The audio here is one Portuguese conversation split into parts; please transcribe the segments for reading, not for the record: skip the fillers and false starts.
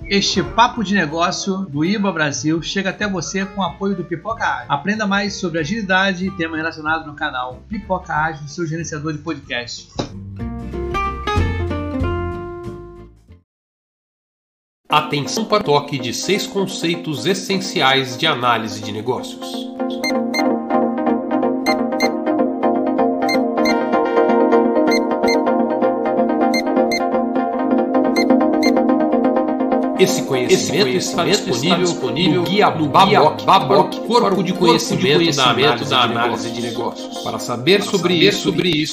Este papo de negócio do IBA Brasil chega até você com o apoio do Pipoca Ágil. Aprenda mais sobre agilidade e temas relacionados no canal Pipoca Ágil, seu gerenciador de podcast. Atenção para o toque de 6 conceitos essenciais de análise de negócios. Esse conhecimento está disponível no Guia Babok, Corpo de Conhecimento da Análise de Negócios. Para saber sobre isso.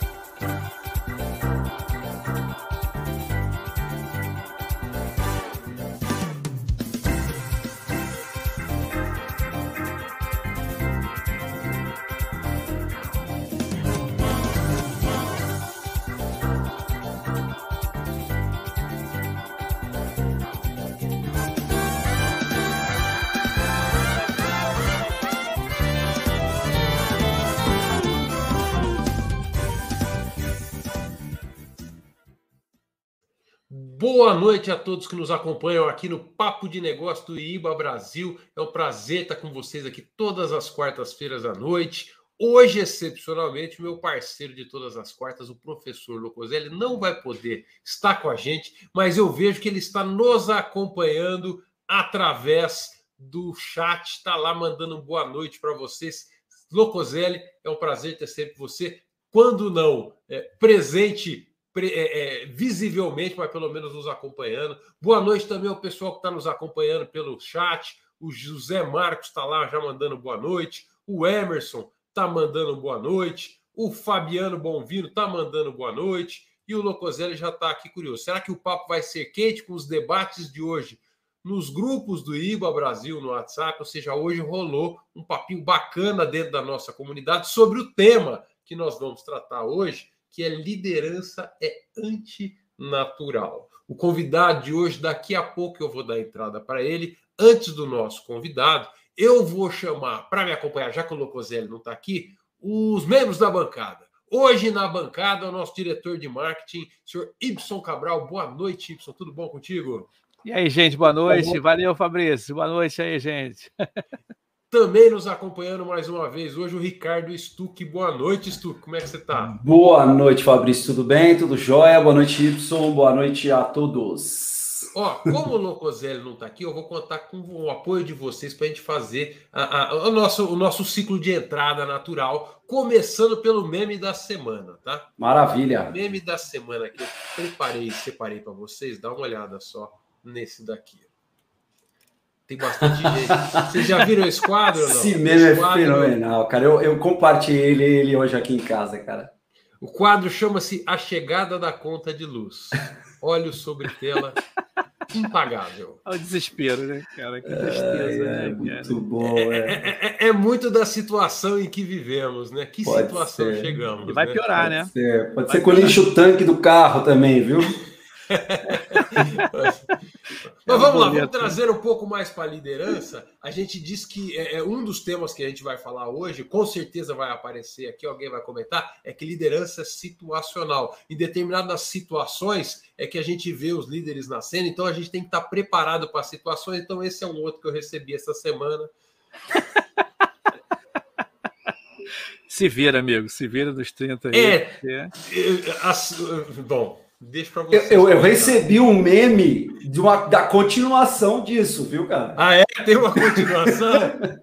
Boa noite a todos que nos acompanham aqui no Papo de Negócio do IBA Brasil. É um prazer estar com vocês aqui todas as quartas-feiras à noite. Hoje, excepcionalmente, meu parceiro de todas as quartas, o professor Locoselli, não vai poder estar com a gente, mas eu vejo que ele está nos acompanhando através do chat, está lá mandando boa noite para vocês. Locoselli, é um prazer ter sempre você, quando não presente visivelmente, mas pelo menos nos acompanhando. Boa noite também ao pessoal que está nos acompanhando pelo chat. O José Marcos está lá já mandando boa noite. O Emerson está mandando boa noite. O Fabiano Bonvino está mandando boa noite. E o Locoselli já está aqui curioso. Será que o papo vai ser quente com os debates de hoje nos grupos do IBA Brasil no WhatsApp? Ou seja, hoje rolou um papinho bacana dentro da nossa comunidade sobre o tema que nós vamos tratar hoje, que é liderança antinatural. O convidado de hoje, daqui a pouco eu vou dar entrada para ele. Antes do nosso convidado, eu vou chamar, para me acompanhar, já que o Locoselli não está aqui, os membros da bancada. Hoje na bancada, o nosso diretor de marketing, o senhor Ibson Cabral. Boa noite, Ibson. Tudo bom contigo? E aí, gente, boa noite. Valeu, Fabrício. Boa noite aí, gente. Também nos acompanhando mais uma vez hoje o Ricardo Stuck. Boa noite, Stuck. Como é que você está? Boa noite, Fabrício. Tudo bem? Tudo jóia? Boa noite, Y. Boa noite a todos. Como o Locoselli não está aqui, eu vou contar com o apoio de vocês para a gente fazer o nosso ciclo de entrada natural, começando pelo meme da semana, tá? Maravilha. O meme da semana que eu separei para vocês, dá uma olhada só nesse daqui. Tem bastante gente. Vocês já viram esse quadro ou não? Esse meme é fenomenal, cara. Eu compartilhei ele hoje aqui em casa, cara. O quadro chama-se A Chegada da Conta de Luz. Olhos sobre tela impagável. Olha o desespero, né, cara? Que tristeza. Muito bom. É muito da situação em que vivemos, né? Que Pode situação ser. chegamos. E vai piorar, né? Pode ser com o lixo tanque do carro também, viu? Mas vamos lá, vamos trazer um pouco mais para a liderança. A gente diz que um dos temas que a gente vai falar hoje, com certeza vai aparecer aqui, alguém vai comentar, é que liderança é situacional. Em determinadas situações é que a gente vê os líderes na cena, então a gente tem que estar preparado para as situações. Então esse é um outro que eu recebi essa semana. Se vira, amigo, se vira dos 30 aí. Bom, deixa para você. Eu recebi um meme da continuação disso, viu, cara? Ah, é? Tem uma continuação?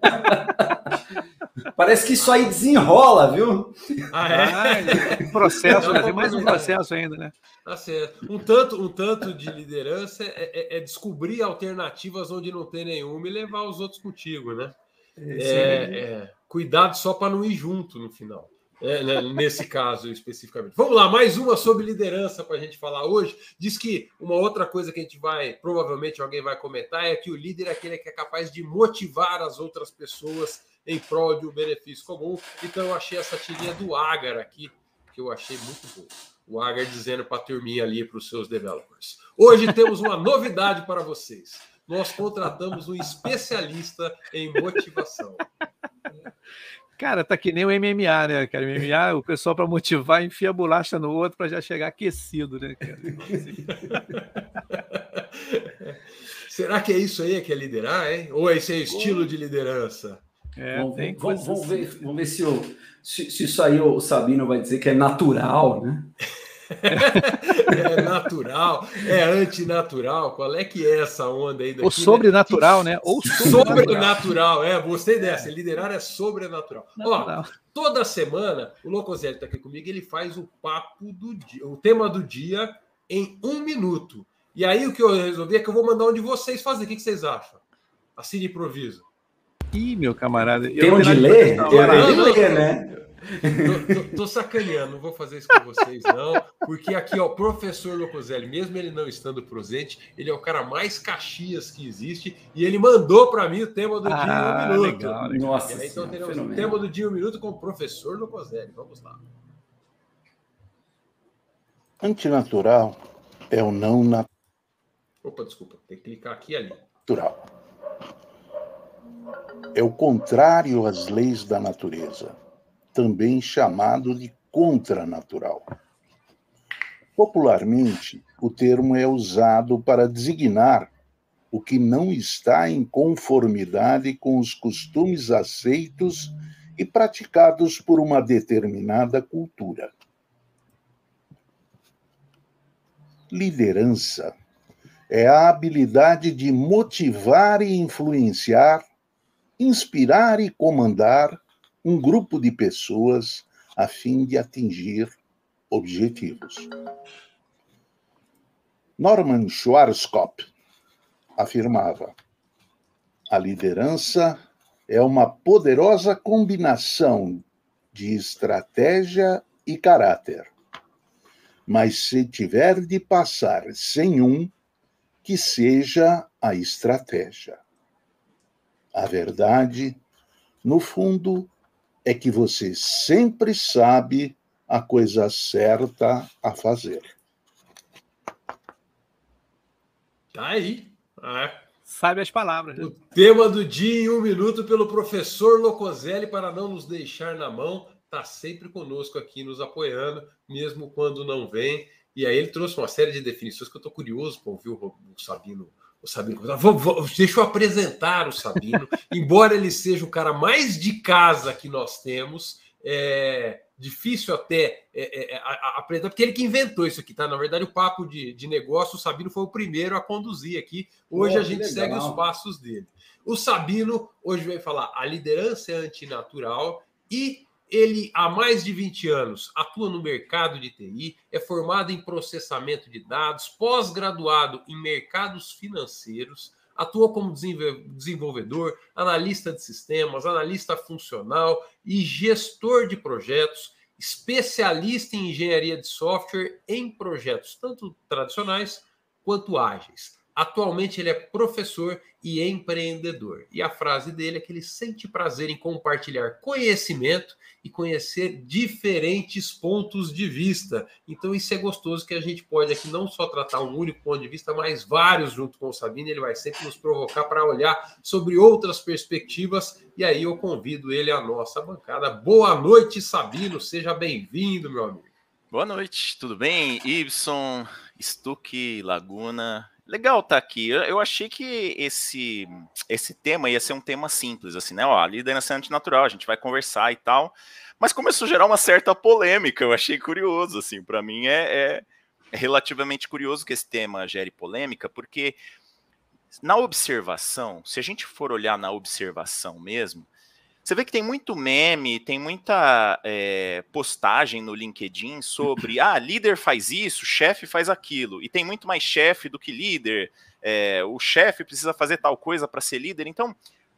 Parece que isso aí desenrola, viu? Processo, né? Tem mais um processo ainda, né? Tá certo. Um tanto de liderança é descobrir alternativas onde não tem nenhuma e levar os outros contigo, né? Cuidado só para não ir junto no final. Nesse caso especificamente. Vamos lá, mais uma sobre liderança para a gente falar hoje. Diz que uma outra coisa que a gente provavelmente alguém vai comentar, é que o líder é aquele que é capaz de motivar as outras pessoas em prol de um benefício comum. Então eu achei essa tirinha do Agar aqui, que eu achei muito boa. O Agar dizendo para a turminha ali, para os seus developers. Hoje temos uma novidade para vocês. Nós contratamos um especialista em motivação. Cara, tá que nem o MMA, né, cara? O MMA, o pessoal para motivar enfia a bolacha no outro para já chegar aquecido, né, cara? Será que é isso aí que é liderar, hein? Ou esse é o estilo de liderança? Vamos ver se isso aí o Sabino vai dizer que é natural, né? É natural, é antinatural. Qual é que é essa onda aí daqui? Ou sobrenatural, né? Ou sobrenatural. Gostei dessa. Liderar é sobrenatural. Natural. Ó, toda semana, o Locoselli está aqui comigo, ele faz o papo do dia, o tema do dia em 1 minuto. E aí o que eu resolvi é que eu vou mandar um de vocês fazer. O que vocês acham? Assim de improviso. Ih, meu camarada. Tem onde ler? Ler, né? Tô sacaneando, não vou fazer isso com vocês, não. Porque aqui, ó, o professor Locoselli, mesmo ele não estando presente, ele é o cara mais Caxias que existe e ele mandou para mim o tema do dia em 1 minuto. Legal. Nossa, aí, então teremos o tema do dia em 1 minuto com o professor Locoselli. Vamos lá. Antinatural é o não natural. Opa, desculpa, tem que clicar aqui e ali. Natural. É o contrário às leis da natureza, também chamado de contranatural. Popularmente, o termo é usado para designar o que não está em conformidade com os costumes aceitos e praticados por uma determinada cultura. Liderança é a habilidade de motivar e influenciar, inspirar e comandar um grupo de pessoas a fim de atingir objetivos. Norman Schwarzkopf afirmava: a liderança é uma poderosa combinação de estratégia e caráter. Mas se tiver de passar sem um, que seja a estratégia. A verdade, no fundo, é que você sempre sabe a coisa certa a fazer. Tá aí. Sabe as palavras. Né? O tema do dia em 1 minuto pelo professor Locoselli, para não nos deixar na mão. Está sempre conosco aqui, nos apoiando, mesmo quando não vem. E aí ele trouxe uma série de definições que eu estou curioso para ouvir o Sabino. Deixa eu apresentar o Sabino. Embora ele seja o cara mais de casa que nós temos, é difícil até apresentar, porque ele que inventou isso aqui, tá? Na verdade, o papo de negócio, o Sabino foi o primeiro a conduzir aqui. Hoje a gente segue os passos dele. O Sabino hoje vai falar: a liderança é antinatural e ele, há mais de 20 anos, atua no mercado de TI, é formado em processamento de dados, pós-graduado em mercados financeiros, atua como desenvolvedor, analista de sistemas, analista funcional e gestor de projetos, especialista em engenharia de software em projetos tanto tradicionais quanto ágeis. Atualmente ele é professor e empreendedor. E a frase dele é que ele sente prazer em compartilhar conhecimento e conhecer diferentes pontos de vista. Então isso é gostoso, que a gente pode aqui não só tratar um único ponto de vista, mas vários junto com o Sabino. Ele vai sempre nos provocar para olhar sobre outras perspectivas. E aí eu convido ele à nossa bancada. Boa noite, Sabino. Seja bem-vindo, meu amigo. Boa noite, tudo bem? Ibson, Stuck, Laguna... Legal estar aqui. Eu achei que esse tema ia ser um tema simples, assim, né? Ó, a liderança é antinatural, a gente vai conversar e tal. Mas começou a gerar uma certa polêmica. Eu achei curioso, assim. Para mim é relativamente curioso que esse tema gere polêmica, porque na observação, se a gente for olhar na observação mesmo, você vê que tem muito meme, tem muita postagem no LinkedIn sobre líder faz isso, chefe faz aquilo, e tem muito mais chefe do que líder, o chefe precisa fazer tal coisa para ser líder. Então,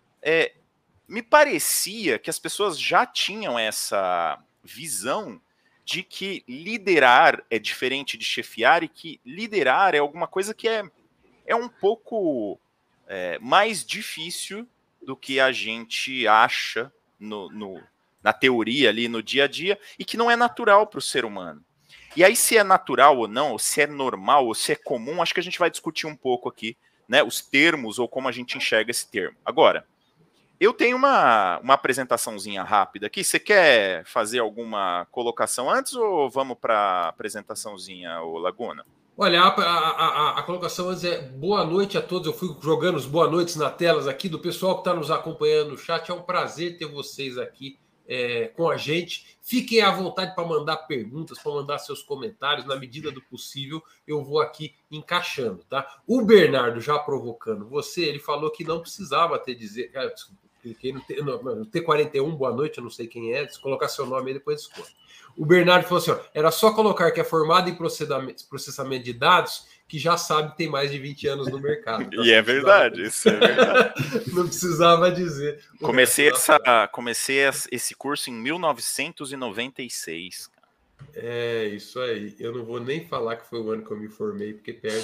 me parecia que as pessoas já tinham essa visão de que liderar é diferente de chefiar e que liderar é alguma coisa que é um pouco mais difícil do que a gente acha na teoria ali, no dia a dia, e que não é natural para o ser humano. E aí, se é natural ou não, ou se é normal, ou se é comum, acho que a gente vai discutir um pouco aqui, né, os termos ou como a gente enxerga esse termo. Agora, eu tenho uma apresentaçãozinha rápida aqui. Você quer fazer alguma colocação antes ou vamos para a apresentaçãozinha, ô Laguna? Olha, a colocação antes é boa noite a todos. Eu fui jogando os boa noites na telas aqui do pessoal que está nos acompanhando no chat. É um prazer ter vocês aqui com a gente. Fiquem à vontade para mandar perguntas, para mandar seus comentários. Na medida do possível, eu vou aqui encaixando, tá? O Bernardo, já provocando você, ele falou que não precisava dizer. Cliquei no T41, boa noite, eu não sei quem é. Se colocar seu nome aí, depois escolhe. O Bernardo falou assim, ó, era só colocar que é formado em processamento de dados, que já sabe que tem mais de 20 anos no mercado. Então, e é verdade, isso é verdade. Não precisava dizer. Comecei esse curso em 1996. É, isso aí. Eu não vou nem falar que foi o ano que eu me formei, porque perde.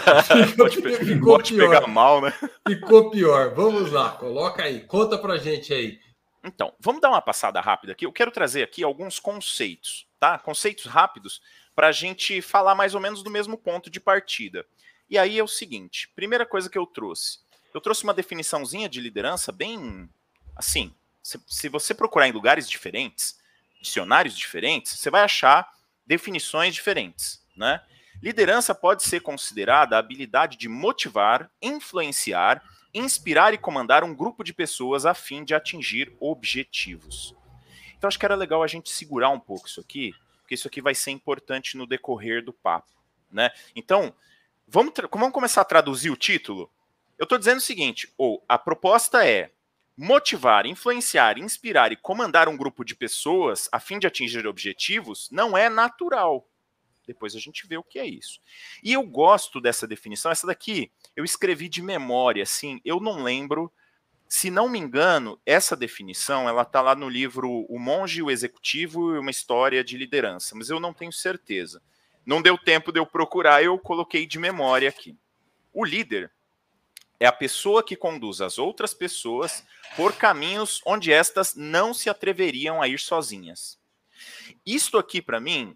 Pode pegar mal, né? Ficou pior. Vamos lá, coloca aí. Conta pra gente aí. Então, vamos dar uma passada rápida aqui. Eu quero trazer aqui alguns conceitos, tá? Conceitos rápidos para a gente falar mais ou menos do mesmo ponto de partida. E aí é o seguinte, primeira coisa que eu trouxe uma definiçãozinha de liderança bem, assim, se você procurar em lugares diferentes, dicionários diferentes, você vai achar definições diferentes, né? Liderança pode ser considerada a habilidade de motivar, influenciar, inspirar e comandar um grupo de pessoas a fim de atingir objetivos. Então acho que era legal a gente segurar um pouco isso aqui, porque isso aqui vai ser importante no decorrer do papo, né? Então, vamos começar a traduzir o título? Eu estou dizendo o seguinte, a proposta é motivar, influenciar, inspirar e comandar um grupo de pessoas a fim de atingir objetivos não é natural. Depois a gente vê o que é isso. E eu gosto dessa definição. Essa daqui eu escrevi de memória, assim, eu não lembro. Se não me engano, essa definição ela está lá no livro O Monge, o Executivo e uma História de Liderança, mas eu não tenho certeza. Não deu tempo de eu procurar, eu coloquei de memória aqui. O líder é a pessoa que conduz as outras pessoas por caminhos onde estas não se atreveriam a ir sozinhas. Isto aqui, para mim,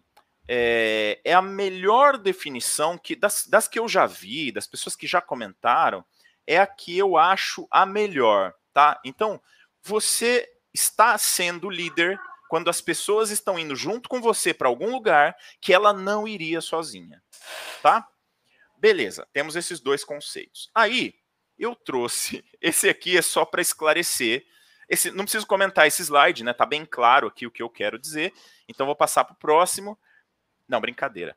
é a melhor definição que das que eu já vi, das pessoas que já comentaram, é a que eu acho a melhor, tá? Então, você está sendo líder quando as pessoas estão indo junto com você para algum lugar que ela não iria sozinha, tá? Beleza, temos esses dois conceitos. Aí, eu trouxe, esse aqui é só para esclarecer, não preciso comentar esse slide, né? Tá bem claro aqui o que eu quero dizer, então vou passar para o próximo. Não, brincadeira.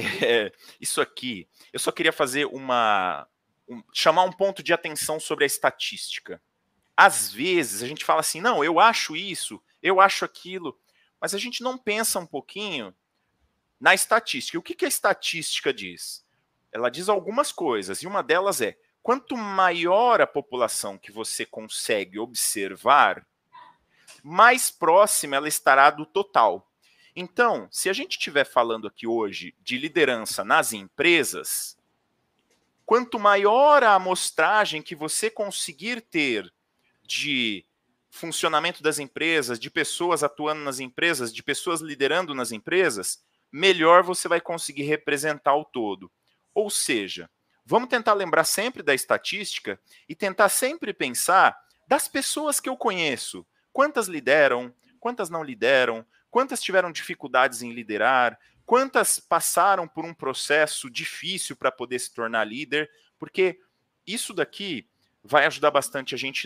Isso aqui, eu só queria fazer chamar um ponto de atenção sobre a estatística. Às vezes a gente fala assim, não, eu acho isso, eu acho aquilo, mas a gente não pensa um pouquinho na estatística. E o que a estatística diz? Ela diz algumas coisas, e uma delas é, quanto maior a população que você consegue observar, mais próxima ela estará do total. Então, se a gente estiver falando aqui hoje de liderança nas empresas, quanto maior a amostragem que você conseguir ter de funcionamento das empresas, de pessoas atuando nas empresas, de pessoas liderando nas empresas, melhor você vai conseguir representar o todo. Ou seja, vamos tentar lembrar sempre da estatística e tentar sempre pensar das pessoas que eu conheço. Quantas lideram, quantas não lideram, quantas tiveram dificuldades em liderar, quantas passaram por um processo difícil para poder se tornar líder, porque isso daqui vai ajudar bastante a gente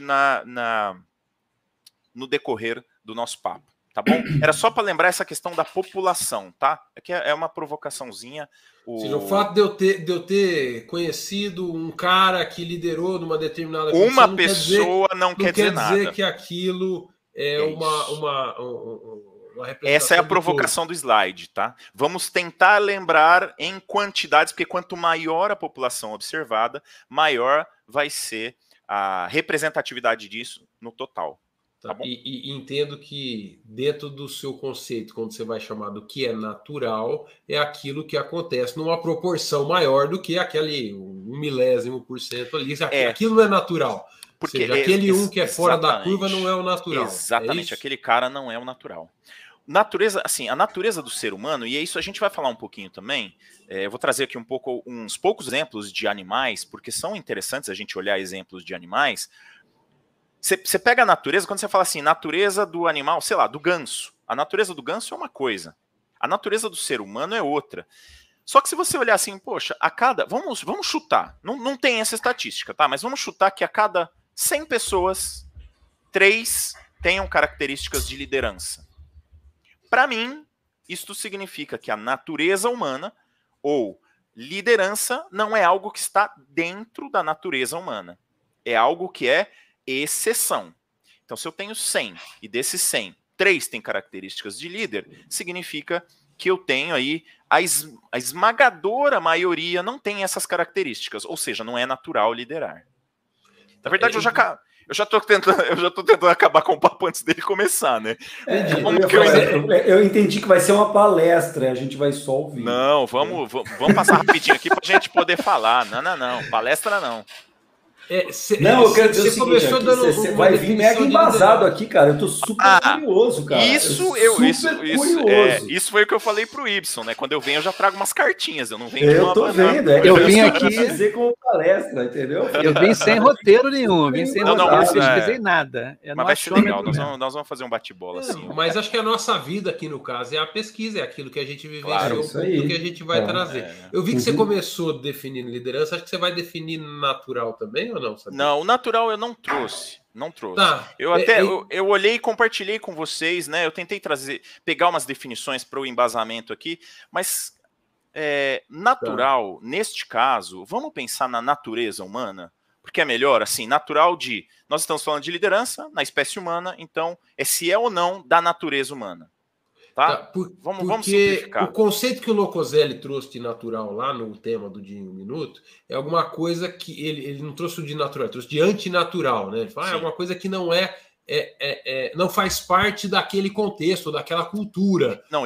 no decorrer do nosso papo, tá bom? Era só para lembrar essa questão da população, tá? Aqui é uma provocaçãozinha. Ou seja, o fato de eu ter conhecido um cara que liderou numa determinada condição, uma pessoa não quer dizer nada. Não quer dizer que aquilo é uma essa é a provocação do slide, tá? Vamos tentar lembrar em quantidades, porque quanto maior a população observada, maior vai ser a representatividade disso no total. Tá bom? E entendo que dentro do seu conceito, quando você vai chamar do que é natural, é aquilo que acontece numa proporção maior do que aquele 1/1000% ali. Aquilo não é natural. Porque ou seja, aquele que é fora da curva não é o natural. Exatamente, aquele cara não é o natural. A natureza do ser humano, e é isso a gente vai falar um pouquinho também, eu vou trazer aqui uns poucos exemplos de animais, porque são interessantes a gente olhar exemplos de animais. Você pega a natureza, quando você fala assim, natureza do animal, sei lá, do ganso. A natureza do ganso é uma coisa, a natureza do ser humano é outra. Só que se você olhar assim, poxa, a cada... Vamos chutar. Não tem essa estatística, tá? Mas vamos chutar que a cada 100 pessoas, 3 tenham características de liderança. Para mim, isto significa que a natureza humana, ou liderança, não é algo que está dentro da natureza humana. É algo que é exceção. Então, se eu tenho 100 e desses 100, 3 têm características de líder, significa que eu tenho aí a esmagadora maioria não tem essas características, ou seja, não é natural liderar. Na verdade, eu já tô tentando acabar com o papo antes dele começar, né? Eu entendi que vai ser uma palestra, a gente vai só ouvir. Não, vamos passar rapidinho aqui pra gente poder falar. Não, palestra não. Eu quero dizer o seguinte, você vai vir mega embasado aqui, cara. Eu tô super curioso, cara. Isso foi o que eu falei pro Ibson, né? Quando eu venho, eu já trago umas cartinhas. Eu não venho de uma... tô vendo. Eu vim aqui dizer como palestra, entendeu? Eu vim sem roteiro nenhum. Não pesquisei nada. Mas vai ser legal. Nós vamos fazer um bate-bola assim. Mas acho que a nossa vida aqui, no caso, é a pesquisa, é aquilo que a gente vivenciou, do que a gente vai trazer. Eu vi que você começou definindo liderança. Acho que você vai definir natural também, ou não? Sabe? Não, o natural eu não trouxe. Tá. Eu olhei e compartilhei com vocês, né? Eu tentei pegar umas definições para o embasamento aqui, mas natural, neste caso, vamos pensar na natureza humana, porque é melhor, assim, natural nós estamos falando de liderança na espécie humana, então se é ou não da natureza humana. Tá? Vamos simplificar. O conceito que o Locoselli trouxe de natural lá no tema do Dia em um Minuto é alguma coisa que ele não trouxe o de natural, ele trouxe de antinatural, né? Ele fala, é alguma coisa que não não faz parte daquele contexto, daquela cultura. Não,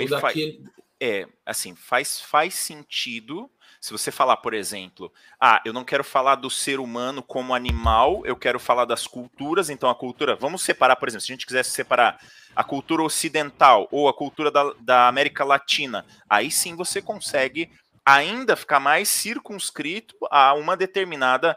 faz sentido. Se você falar, por exemplo, eu não quero falar do ser humano como animal, eu quero falar das culturas, então a cultura, vamos separar, por exemplo, se a gente quisesse separar a cultura ocidental ou a cultura da América Latina, aí sim você consegue ainda ficar mais circunscrito a uma determinada...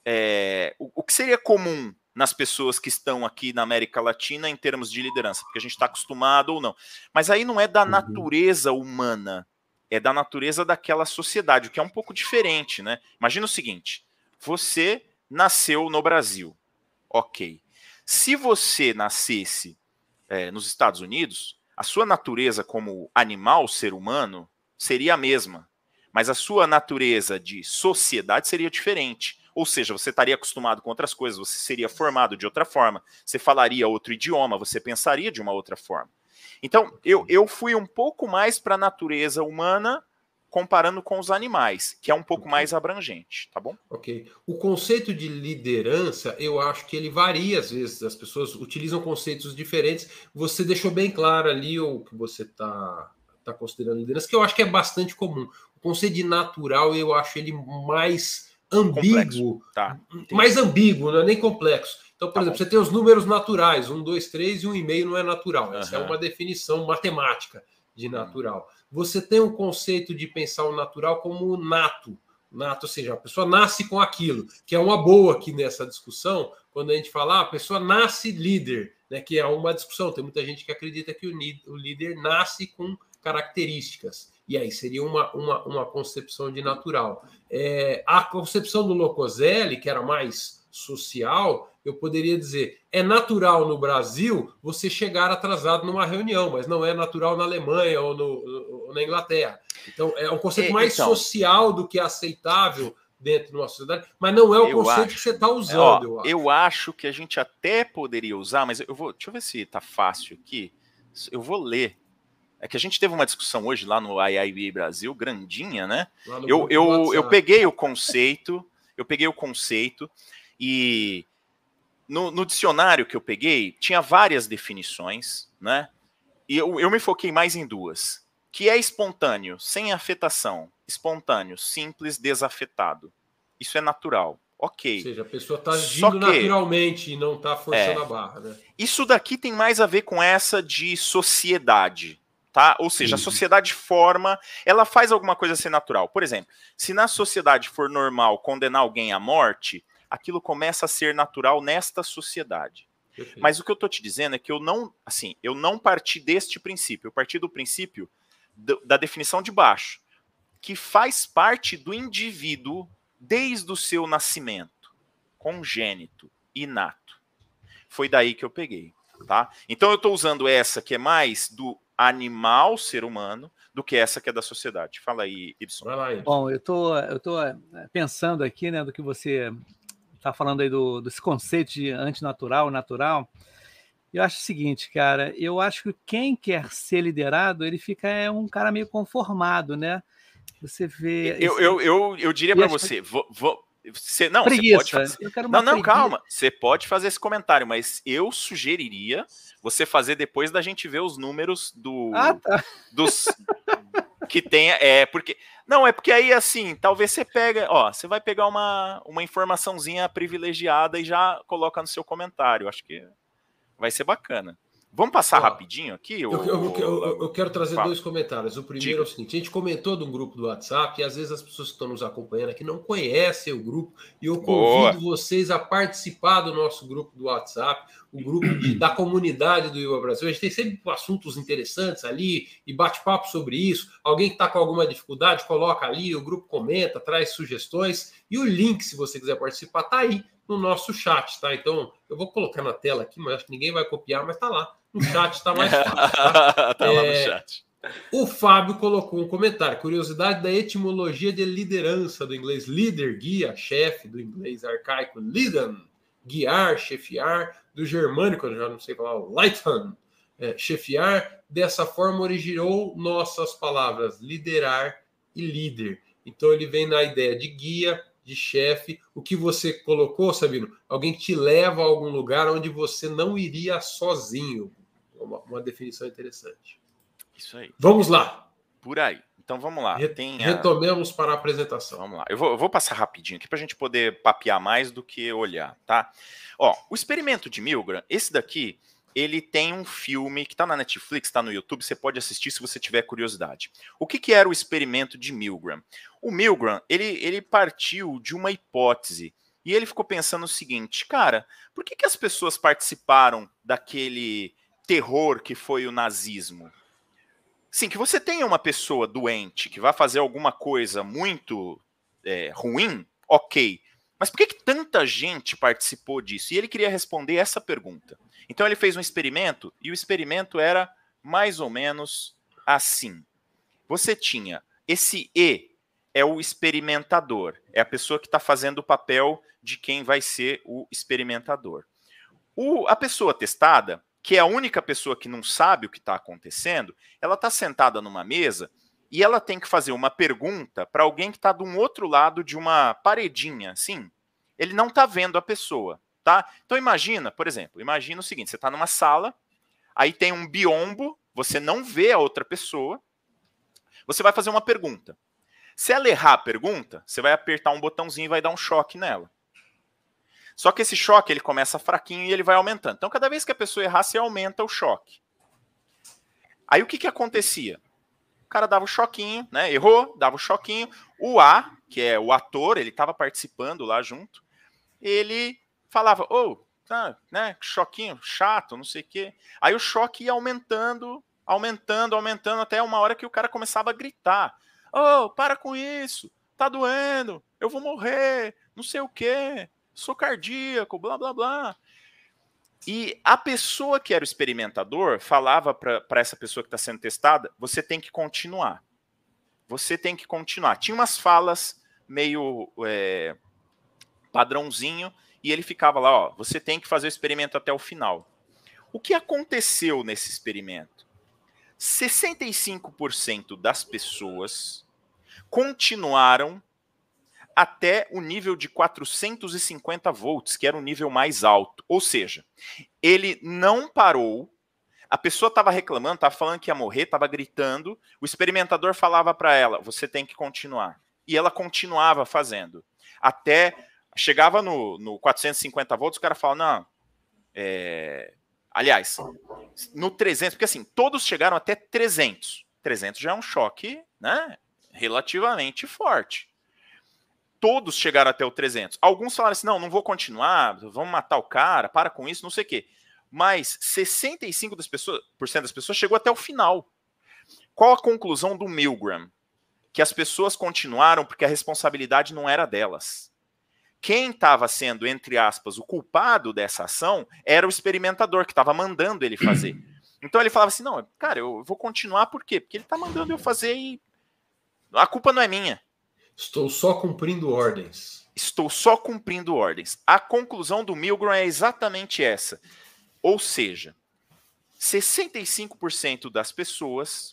o que seria comum nas pessoas que estão aqui na América Latina em termos de liderança, porque a gente está acostumado ou não. Mas aí não é da natureza humana, é da natureza daquela sociedade, o que é um pouco diferente, né? Imagina o seguinte, você nasceu no Brasil, ok. Se você nascesse nos Estados Unidos, a sua natureza como animal, ser humano, seria a mesma, mas a sua natureza de sociedade seria diferente. Ou seja, você estaria acostumado com outras coisas, você seria formado de outra forma, você falaria outro idioma, você pensaria de uma outra forma. Então, eu fui um pouco mais para a natureza humana comparando com os animais, que é um pouco mais abrangente, tá bom? Ok. O conceito de liderança, eu acho que ele varia às vezes, as pessoas utilizam conceitos diferentes. Você deixou bem claro ali o que você está considerando liderança, que eu acho que é bastante comum. O conceito de natural, eu acho ele mais ambíguo, mais ambíguo, não é nem complexo. Então, por exemplo, você tem os números naturais, 1, 2, 3 e 1,5 não é natural. Essa é uma definição matemática de natural. Você tem um conceito de pensar o natural como nato, ou seja, a pessoa nasce com aquilo, que é uma boa aqui nessa discussão, quando a gente fala, a pessoa nasce líder, né, que é uma discussão, tem muita gente que acredita que o líder nasce com características, e aí seria uma concepção de natural. A concepção do Locoselli, que era mais social, eu poderia dizer, é natural no Brasil você chegar atrasado numa reunião, mas não é natural na Alemanha ou na Inglaterra. Então, é um conceito mais social do que aceitável dentro de uma sociedade, mas não é o conceito que você está usando. Eu acho que a gente até poderia usar, mas deixa eu ver se está fácil aqui. Eu vou ler. É que a gente teve uma discussão hoje lá no IIBA Brasil, grandinha, né? Eu peguei o conceito, e no dicionário que eu peguei, tinha várias definições, né? E eu me foquei mais em duas. Que é espontâneo, sem afetação. Espontâneo, simples, desafetado. Isso é natural. Ok. Ou seja, a pessoa está agindo naturalmente e não está forçando a barra, né? Isso daqui tem mais a ver com essa de sociedade, tá? Ou seja, a sociedade ela faz alguma coisa ser natural. Por exemplo, se na sociedade for normal condenar alguém à morte, aquilo começa a ser natural nesta sociedade. Perfeito. Mas o que eu estou te dizendo é que eu não parti deste princípio, eu parti do princípio da definição de baixo. que faz parte do indivíduo desde o seu nascimento, congênito, inato. Foi daí que eu peguei, tá? Então eu estou usando essa que é mais do animal, ser humano, do que essa que é da sociedade. Fala aí, Ibson. Vai lá, Ibson. Bom, eu tô pensando aqui, né, do que você está falando aí desse conceito de antinatural, natural. Eu acho o seguinte, cara, eu acho que quem quer ser liderado, ele fica um cara meio conformado, né? Você vê... Eu diria para você, você pode fazer... Não, calma, você pode fazer esse comentário, mas eu sugeriria você fazer depois da gente ver os números dos que tenha, porque aí assim, talvez você pega, você vai pegar uma informaçãozinha privilegiada e já coloca no seu comentário, acho que vai ser bacana. Vamos passar rapidinho aqui? Eu quero trazer dois comentários. O primeiro é o seguinte: a gente comentou de um grupo do WhatsApp e às vezes as pessoas que estão nos acompanhando aqui não conhecem o grupo, e eu convido vocês a participar do nosso grupo do WhatsApp, o grupo da comunidade do IBA Brasil. A gente tem sempre assuntos interessantes ali e bate-papo sobre isso. Alguém que está com alguma dificuldade, coloca ali, o grupo comenta, traz sugestões, e o link, se você quiser participar, está aí no nosso chat, tá? Então, eu vou colocar na tela aqui, mas acho que ninguém vai copiar, mas está lá. No chat está mais fácil. Tá lá no chat. O Fábio colocou um comentário. Curiosidade da etimologia de liderança, do inglês líder, guia, chefe, do inglês arcaico leaden, guiar, chefiar, do germânico, eu já não sei falar, leiten, chefiar. Dessa forma originou nossas palavras liderar e líder. Então ele vem na ideia de guia, de chefe. O que você colocou, Sabino? Alguém que te leva a algum lugar onde você não iria sozinho. Uma definição interessante. Isso aí. Vamos lá. Por aí. Então vamos lá. Retomemos para a apresentação. Vamos lá. Eu vou passar rapidinho aqui para a gente poder papear mais do que olhar, tá? O experimento de Milgram, esse daqui, ele tem um filme que está na Netflix, está no YouTube, você pode assistir se você tiver curiosidade. O que era o experimento de Milgram? O Milgram, ele partiu de uma hipótese e ele ficou pensando o seguinte, cara, por que as pessoas participaram daquele terror que foi o nazismo? Sim, que você tenha uma pessoa doente que vai fazer alguma coisa muito ruim, ok. Mas por que tanta gente participou disso? E ele queria responder essa pergunta. Então ele fez um experimento, e o experimento era mais ou menos assim. Você tinha esse E, é o experimentador, é a pessoa que está fazendo o papel de quem vai ser o experimentador. A pessoa testada, que é a única pessoa que não sabe o que está acontecendo, ela está sentada numa mesa e ela tem que fazer uma pergunta para alguém que está de um outro lado de uma paredinha, assim. Ele não está vendo a pessoa, tá? Então imagina, por exemplo, imagina o seguinte, você está numa sala, aí tem um biombo, você não vê a outra pessoa, você vai fazer uma pergunta. Se ela errar a pergunta, você vai apertar um botãozinho e vai dar um choque nela. Só que esse choque ele começa fraquinho e ele vai aumentando. Então, cada vez que a pessoa errar, você aumenta o choque. Aí o que acontecia? O cara dava o choquinho, né? Errou, dava o choquinho. O A, que é o ator, ele estava participando lá junto, ele falava, né? Choquinho chato, não sei o quê. Aí o choque ia aumentando, até uma hora que o cara começava a gritar. Para com isso, tá doendo, eu vou morrer, não sei o quê. Sou cardíaco, blá, blá, blá. E a pessoa que era o experimentador falava para essa pessoa que está sendo testada, você tem que continuar. Você tem que continuar. Tinha umas falas meio padrãozinho, e ele ficava lá, você tem que fazer o experimento até o final. O que aconteceu nesse experimento? 65% das pessoas continuaram até o nível de 450 volts, que era o nível mais alto. Ou seja, ele não parou, a pessoa estava reclamando, estava falando que ia morrer, estava gritando, o experimentador falava para ela, você tem que continuar. E ela continuava fazendo. Até, chegava no 450 volts, o cara fala, não, aliás, no 300, porque assim, todos chegaram até 300. 300 já é um choque, né, relativamente forte. Todos chegaram até o 300. Alguns falaram assim, não vou continuar, vamos matar o cara, para com isso, não sei o quê. Mas 65% das pessoas chegou até o final. Qual a conclusão do Milgram? que as pessoas continuaram porque a responsabilidade não era delas. Quem estava sendo, entre aspas, o culpado dessa ação era o experimentador, que estava mandando ele fazer. Então ele falava assim, não, cara, eu vou continuar por quê? Porque ele está mandando eu fazer e a culpa não é minha. Estou só cumprindo ordens. Estou só cumprindo ordens. A conclusão do Milgram é exatamente essa. Ou seja, 65% das pessoas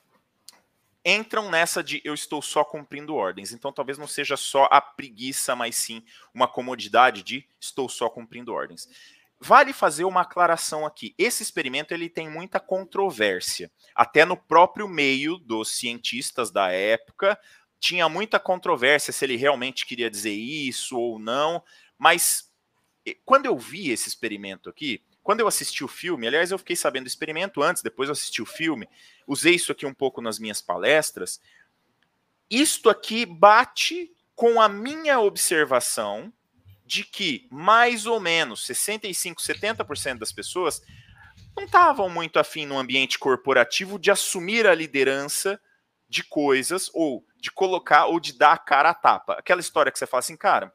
entram nessa de eu estou só cumprindo ordens. Então talvez não seja só a preguiça, mas sim uma comodidade de estou só cumprindo ordens. Vale fazer uma aclaração aqui. Esse experimento ele tem muita controvérsia. Até no próprio meio dos cientistas da época, tinha muita controvérsia se ele realmente queria dizer isso ou não. Mas quando eu vi esse experimento aqui, quando eu assisti o filme, aliás, eu fiquei sabendo do experimento antes, depois eu assisti o filme, usei isso aqui um pouco nas minhas palestras. Isto aqui bate com a minha observação de que mais ou menos 65, 70% das pessoas não estavam muito afim no ambiente corporativo de assumir a liderança de coisas, ou de colocar, ou de dar a cara a tapa. Aquela história que você fala assim, cara,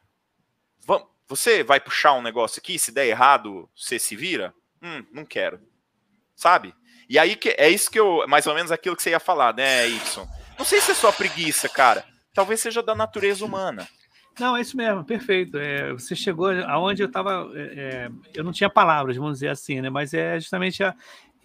você vai puxar um negócio aqui, se der errado, você se vira? Não quero. Sabe? E aí, é isso que eu, mais ou menos aquilo que você ia falar, né, Y? Não sei se é só preguiça, cara. Talvez seja da natureza humana. Não, é isso mesmo, perfeito. Você chegou aonde eu estava. Eu não tinha palavras, vamos dizer assim, né? Mas é justamente a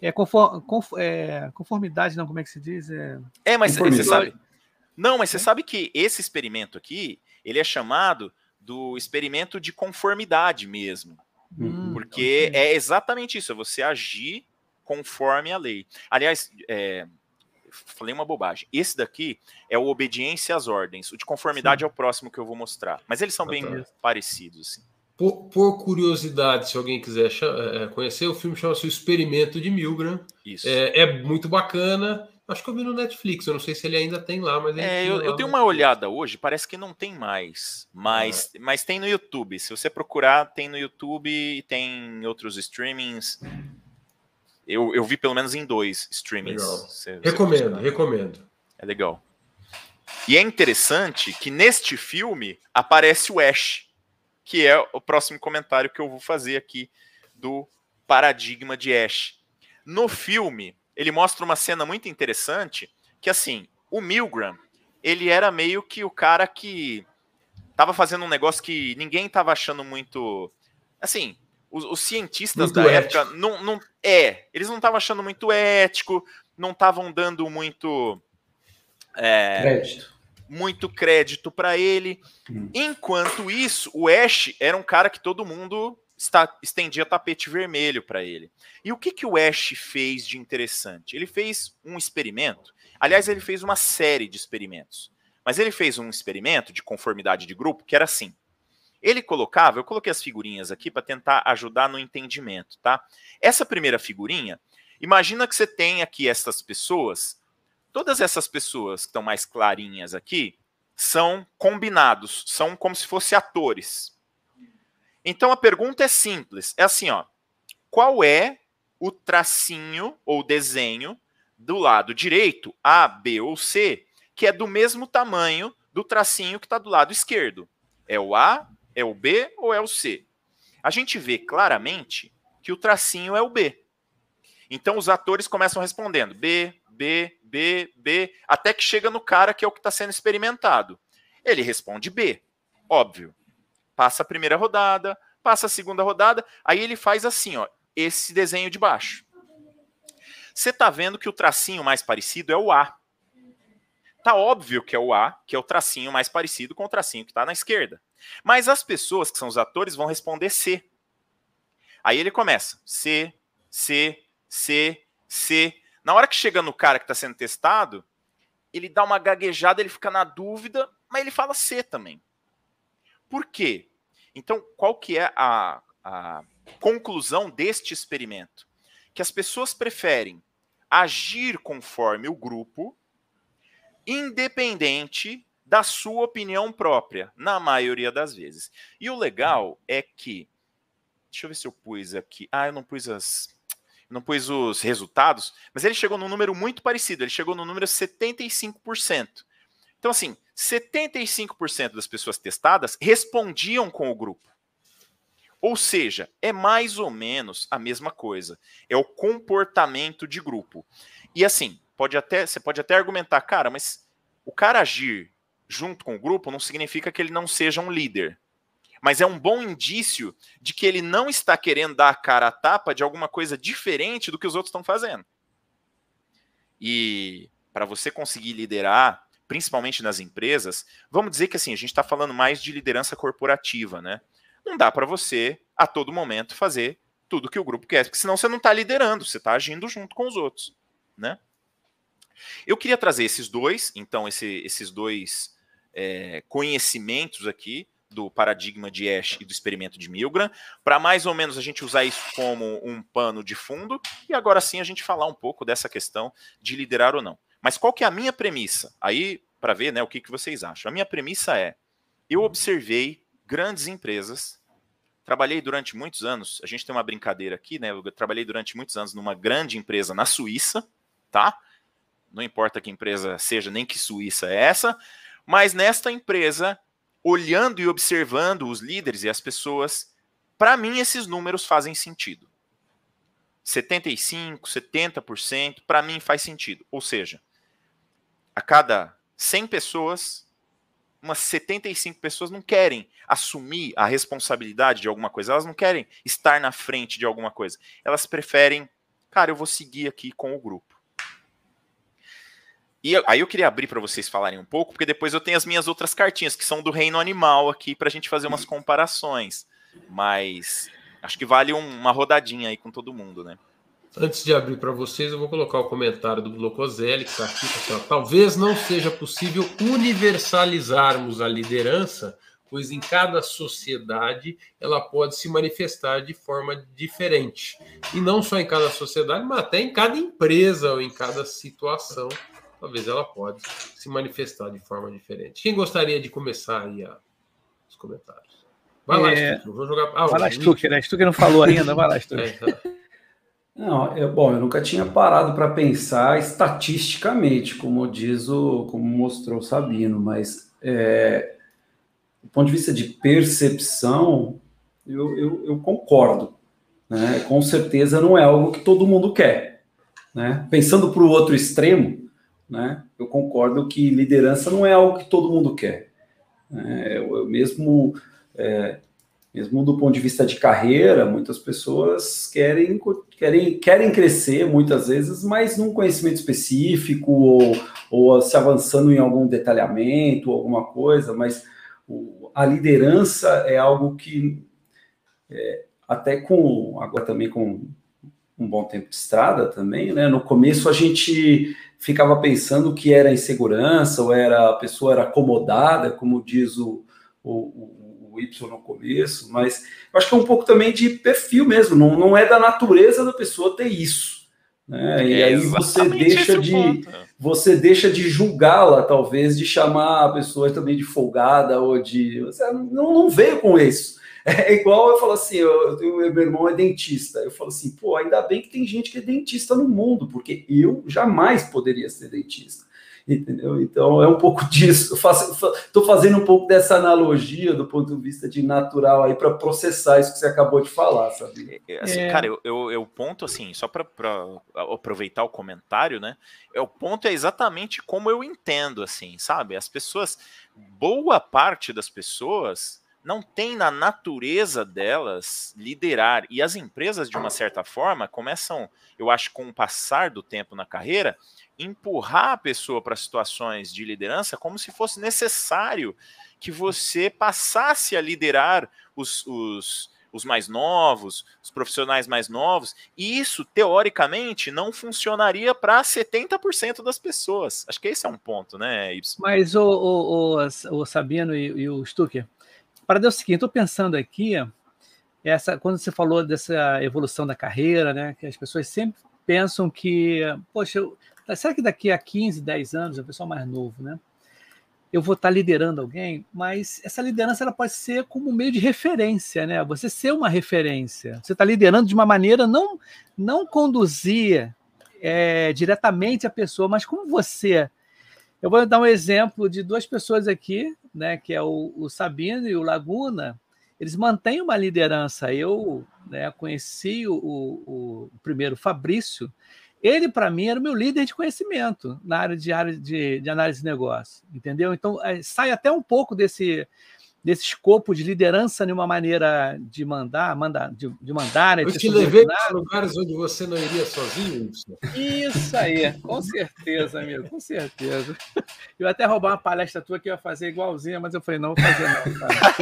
conformidade, não, como é que se diz? Mas você sabe. Não, mas você sabe que esse experimento aqui, ele é chamado do experimento de conformidade mesmo. Porque é exatamente isso, é você agir conforme a lei. Aliás, falei uma bobagem. Esse daqui é o obediência às ordens. O de conformidade é o próximo que eu vou mostrar. Mas eles são bem parecidos. Assim. Por curiosidade, se alguém quiser conhecer, o filme chama-se O Experimento de Milgram. Isso. É muito bacana. Acho que eu vi no Netflix. Eu não sei se ele ainda tem lá, mas eu dei uma olhada hoje. Parece que não tem mais. Mas tem no YouTube. Se você procurar, tem no YouTube e tem outros streamings. Eu vi pelo menos em 2 streamings. Recomendo. É legal. E é interessante que neste filme aparece o Ash, que é o próximo comentário que eu vou fazer aqui do paradigma de Ash. No filme, ele mostra uma cena muito interessante, que assim, o Milgram, ele era meio que o cara que estava fazendo um negócio que ninguém estava achando muito... Assim... Os cientistas da época eles não estavam achando muito ético, não estavam dando muito crédito para ele. Enquanto isso, o Ash era um cara que todo mundo estendia tapete vermelho para ele. E o que o Ash fez de interessante? Ele fez um experimento. Aliás, ele fez uma série de experimentos. Mas ele fez um experimento de conformidade de grupo que era assim. Ele colocava, eu coloquei as figurinhas aqui para tentar ajudar no entendimento, tá? Essa primeira figurinha, imagina que você tem aqui essas pessoas, todas essas pessoas que estão mais clarinhas aqui, são combinados, são como se fossem atores. Então a pergunta é simples, é assim, ó, qual é o tracinho ou desenho do lado direito, A, B ou C, que é do mesmo tamanho do tracinho que está do lado esquerdo? É o A, é o B ou é o C? A gente vê claramente que o tracinho é o B. Então os atores começam respondendo B, B, B, B, até que chega no cara que é o que está sendo experimentado. Ele responde B, óbvio. Passa a primeira rodada, passa a segunda rodada, aí ele faz assim, ó, esse desenho de baixo. Você está vendo que o tracinho mais parecido é o A. Tá óbvio que é o A, que é o tracinho mais parecido com o tracinho que está na esquerda. Mas as pessoas, que são os atores, vão responder C. Aí ele começa. C, C, C, C. Na hora que chega no cara que está sendo testado, ele dá uma gaguejada, ele fica na dúvida, mas ele fala C também. Por quê? Então, qual que é a conclusão deste experimento? Que as pessoas preferem agir conforme o grupo, independente da sua opinião própria, na maioria das vezes. E o legal é que... Deixa eu ver se eu pus aqui. Eu não pus as... não pus os resultados, mas ele chegou num número muito parecido, ele chegou no número 75%. Então, assim, 75% das pessoas testadas respondiam com o grupo. Ou seja, é mais ou menos a mesma coisa. É o comportamento de grupo. E assim, você pode até argumentar, cara, mas o cara agir junto com o grupo não significa que ele não seja um líder. Mas é um bom indício de que ele não está querendo dar a cara a tapa de alguma coisa diferente do que os outros estão fazendo. E para você conseguir liderar, principalmente nas empresas, vamos dizer que assim, a gente está falando mais de liderança corporativa, né? Não dá para você, a todo momento, fazer tudo que o grupo quer, porque senão você não está liderando, você está agindo junto com os outros, né? Eu queria trazer esses dois conhecimentos aqui do paradigma de Asch e do experimento de Milgram, para mais ou menos a gente usar isso como um pano de fundo, e agora sim a gente falar um pouco dessa questão de liderar ou não. Mas qual que é a minha premissa? Aí, para ver, né, o que vocês acham. A minha premissa é, eu observei grandes empresas, trabalhei durante muitos anos, a gente tem uma brincadeira aqui, né? Eu trabalhei durante muitos anos numa grande empresa na Suíça, tá? Não importa que empresa seja, nem que Suíça é essa, mas nesta empresa, olhando e observando os líderes e as pessoas, para mim esses números fazem sentido. 75%, 70%, para mim faz sentido. Ou seja, a cada 100 pessoas, umas 75 pessoas não querem assumir a responsabilidade de alguma coisa, elas não querem estar na frente de alguma coisa. Elas preferem, cara, eu vou seguir aqui com o grupo. E aí eu queria abrir para vocês falarem um pouco, porque depois eu tenho as minhas outras cartinhas, que são do reino animal aqui, para a gente fazer umas comparações. Mas acho que vale uma rodadinha aí com todo mundo, né? Antes de abrir para vocês, eu vou colocar o comentário do Blocoselli, que está aqui, pessoal. Talvez não seja possível universalizarmos a liderança, pois em cada sociedade ela pode se manifestar de forma diferente. E não só em cada sociedade, mas até em cada empresa ou em cada situação. Talvez ela pode se manifestar de forma diferente. Quem gostaria de começar aí os comentários? Vai lá, Stucker. Vou jogar... vai lá, Stucker. A Stucker não falou ainda. Vai lá, Stucker. Não, bom, eu nunca tinha parado para pensar estatisticamente, como mostrou o Sabino, mas do ponto de vista de percepção, eu concordo, né? Com certeza não é algo que todo mundo quer, né? Pensando para o outro extremo, né? Eu concordo que liderança não é algo que todo mundo quer. Mesmo do ponto de vista de carreira, muitas pessoas querem crescer muitas vezes, mas num conhecimento específico ou se avançando em algum detalhamento, alguma coisa, mas a liderança é algo que até agora também com um bom tempo de estrada também, né? No começo a gente ficava pensando que era insegurança ou a pessoa era acomodada, como diz o Y no começo, mas eu acho que é um pouco também de perfil mesmo, não é da natureza da pessoa ter isso, né? E aí você deixa de julgá-la, talvez, de chamar a pessoa também de folgada ou de... Você não veio com isso. É igual eu falo assim, meu irmão é dentista, eu falo assim, pô, ainda bem que tem gente que é dentista no mundo, porque eu jamais poderia ser dentista. Entendeu? Então é um pouco disso. Estou fazendo um pouco dessa analogia do ponto de vista de natural aí para processar isso que você acabou de falar, sabe? Assim, cara, eu ponto assim, só para aproveitar o comentário, né? O ponto é exatamente como eu entendo, assim, sabe? As pessoas, boa parte das pessoas não tem na natureza delas liderar, e as empresas de uma certa forma começam, eu acho, com o passar do tempo na carreira, empurrar a pessoa para situações de liderança como se fosse necessário que você passasse a liderar os mais novos, os profissionais mais novos, e isso, teoricamente, não funcionaria para 70% das pessoas. Acho que esse é um ponto, né, Y? Mas o Sabino e o Stucker, para dar o seguinte, estou pensando aqui, quando você falou dessa evolução da carreira, né, que as pessoas sempre pensam que, poxa, será que daqui a 15, 10 anos, é o pessoal mais novo, né? eu vou estar liderando alguém, mas essa liderança ela pode ser como meio de referência, né? Você ser uma referência. Você está liderando de uma maneira não conduzir diretamente a pessoa, mas como você. Eu vou dar um exemplo de duas pessoas aqui, né? Que é o Sabino e o Laguna. Eles mantêm uma liderança. Eu, né, conheci o primeiro Fabrício. Ele, para mim, era o meu líder de conhecimento na área de análise de negócio, entendeu? Então, sai até um pouco desse escopo de liderança de uma maneira de mandar, né? Eu te levei para lugares onde você não iria sozinho, Ibson. Isso aí, com certeza, amigo, com certeza. Eu ia até roubar uma palestra tua que eu ia fazer igualzinha, mas eu falei, não vou fazer não,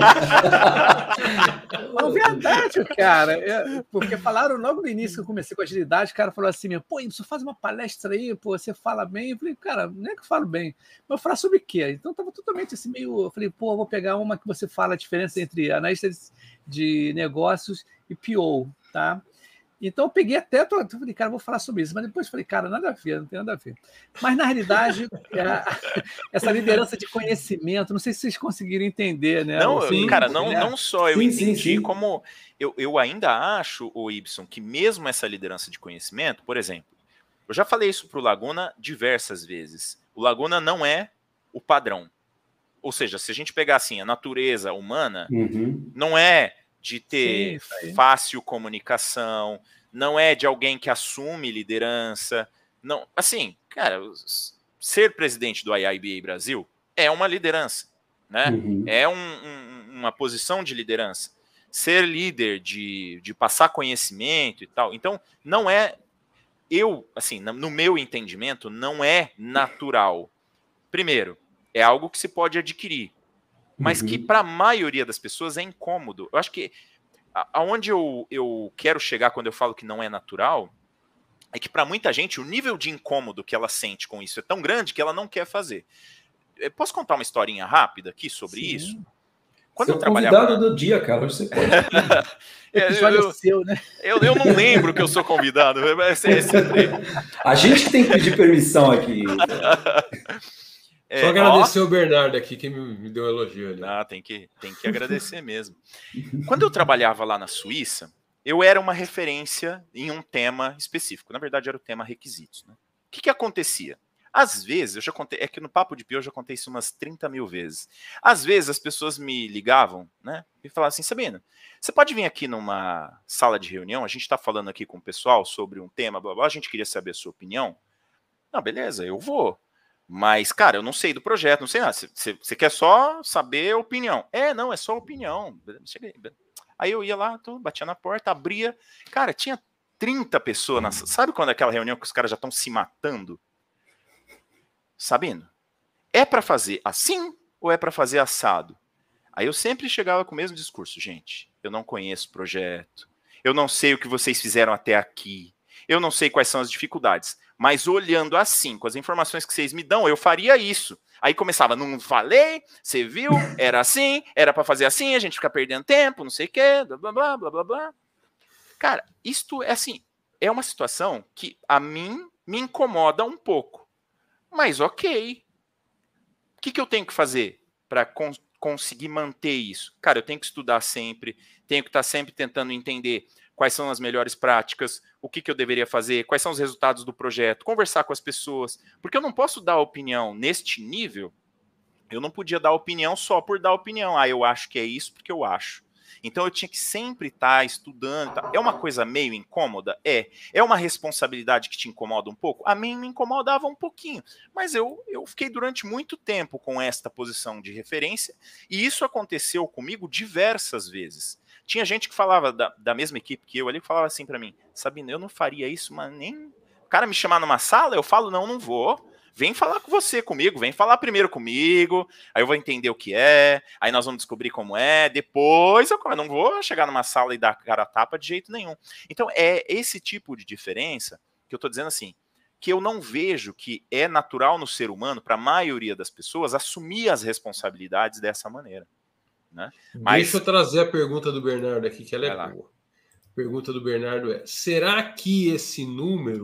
cara. Não, verdade, cara. Porque falaram logo no início que eu comecei com agilidade, o cara falou assim, pô, Ibson, faz uma palestra aí, pô, você fala bem. Eu falei, cara, não é que eu falo bem, mas eu falar sobre o quê? Então tava totalmente assim, meio... Eu falei, pô, eu vou pegar uma que você fala a diferença entre analista de negócios e PO, tá? Então eu peguei até, eu falei, cara, vou falar sobre isso, mas depois falei, cara, nada a ver, não tem nada a ver. Mas na realidade, essa liderança de conhecimento, não sei se vocês conseguiram entender, né? Não, Sim, cara, não só eu entendi, sim. como eu ainda acho, o Ibson, que mesmo essa liderança de conhecimento, por exemplo, eu já falei isso para o Laguna diversas vezes. O Laguna não é o padrão. Ou seja, se a gente pegar assim, a natureza humana, não é de ter fácil comunicação, não é de alguém que assume liderança. Não, assim, cara, ser presidente do IIBA Brasil é uma liderança, né? É uma posição de liderança. Ser líder de passar conhecimento e tal. Então, não é... assim, no meu entendimento, não é natural. Primeiro, é algo que se pode adquirir, mas que para a maioria das pessoas é incômodo. Eu acho que aonde eu quero chegar quando eu falo que não é natural é que para muita gente o nível de incômodo que ela sente com isso é tão grande que ela não quer fazer. Eu posso contar uma historinha rápida aqui sobre isso? Quando eu trabalhava convidado do dia, cara, hoje você pode. Episódio seu, né? Eu não lembro que eu sou convidado. A gente que tem que pedir permissão aqui. Só agradecer o Bernardo aqui, que me deu um elogio ali. Tem que agradecer mesmo. Quando eu trabalhava lá na Suíça, eu era uma referência em um tema específico. Na verdade, era o tema requisitos. Né? O que acontecia? Às vezes, eu já contei, é que no Papo de Pio eu já contei isso umas 30 mil vezes. Às vezes as pessoas me ligavam, né? E falavam assim, Sabino, você pode vir aqui numa sala de reunião? A gente está falando aqui com o pessoal sobre um tema, blá, blá, a gente queria saber a sua opinião. Não, beleza, eu vou. Mas, cara, eu não sei do projeto, não sei nada. Você quer só saber a opinião? Não, é só opinião. Aí eu ia lá, batia na porta, abria. Cara, tinha 30 pessoas. Sabe quando é aquela reunião que os caras já estão se matando? Sabendo? É para fazer assim ou é para fazer assado? Aí eu sempre chegava com o mesmo discurso. Gente, eu não conheço o projeto. Eu não sei o que vocês fizeram até aqui. Eu não sei quais são as dificuldades. Mas olhando assim, com as informações que vocês me dão, eu faria isso. Aí começava, não falei, você viu, era assim, era para fazer assim, a gente fica perdendo tempo, não sei o quê, blá, blá, blá, blá, blá, blá. Cara, isto é assim, é uma situação que a mim me incomoda um pouco. Mas ok. O que eu tenho que fazer para conseguir manter isso? Cara, eu tenho que estudar sempre, tenho que estar sempre tentando entender quais são as melhores práticas, o que eu deveria fazer, quais são os resultados do projeto, conversar com as pessoas, porque eu não posso dar opinião neste nível, eu não podia dar opinião só por dar opinião. Eu acho que é isso porque eu acho. Então eu tinha que sempre estar estudando. É uma coisa meio incômoda? É uma responsabilidade que te incomoda um pouco? A mim me incomodava um pouquinho, mas eu fiquei durante muito tempo com esta posição de referência e isso aconteceu comigo diversas vezes. Tinha gente que falava da mesma equipe que eu ali, que falava assim para mim, Sabino, eu não faria isso, mas nem... O cara me chamar numa sala, eu falo, não vou. Vem falar com você comigo, vem falar primeiro comigo, aí eu vou entender o que é, aí nós vamos descobrir como é, depois eu não vou chegar numa sala e dar cara a tapa de jeito nenhum. Então é esse tipo de diferença que eu tô dizendo assim, que eu não vejo que é natural no ser humano, para a maioria das pessoas, assumir as responsabilidades dessa maneira. Né? Mas... Deixa eu trazer a pergunta do Bernardo aqui, que ela é boa. A pergunta do Bernardo é, será que esse número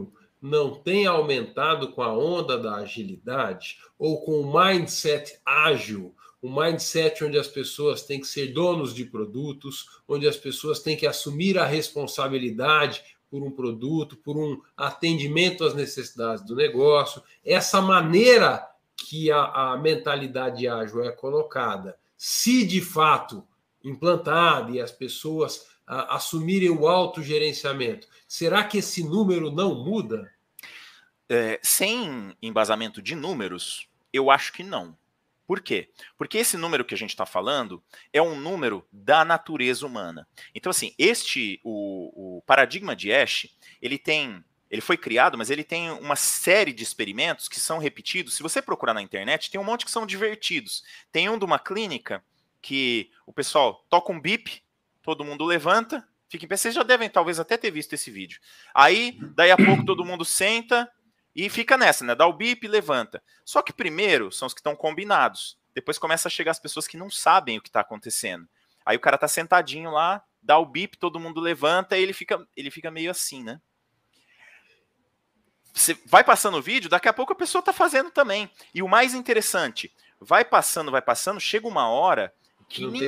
não tem aumentado com a onda da agilidade ou com o mindset ágil, um mindset onde as pessoas têm que ser donos de produtos, onde as pessoas têm que assumir a responsabilidade por um produto, por um atendimento às necessidades do negócio. Essa maneira que a mentalidade ágil é colocada, se de fato implantada e as pessoas assumirem o autogerenciamento, será que esse número não muda? Sem embasamento de números, eu acho que não. Por quê? Porque esse número que a gente está falando é um número da natureza humana. Então, assim, o paradigma de Asch, ele foi criado, mas ele tem uma série de experimentos que são repetidos. Se você procurar na internet, tem um monte que são divertidos. Tem um de uma clínica que o pessoal toca um bip, todo mundo levanta, fica em pé. Vocês já devem talvez até ter visto esse vídeo. Aí, daí a pouco, todo mundo senta e fica nessa, né? Dá o bip e levanta. Só que primeiro são os que estão combinados. Depois começa a chegar as pessoas que não sabem o que está acontecendo. Aí o cara tá sentadinho lá, dá o bip, todo mundo levanta e ele fica meio assim, né? Você vai passando o vídeo, daqui a pouco a pessoa tá fazendo também. E o mais interessante, vai passando, chega uma hora que não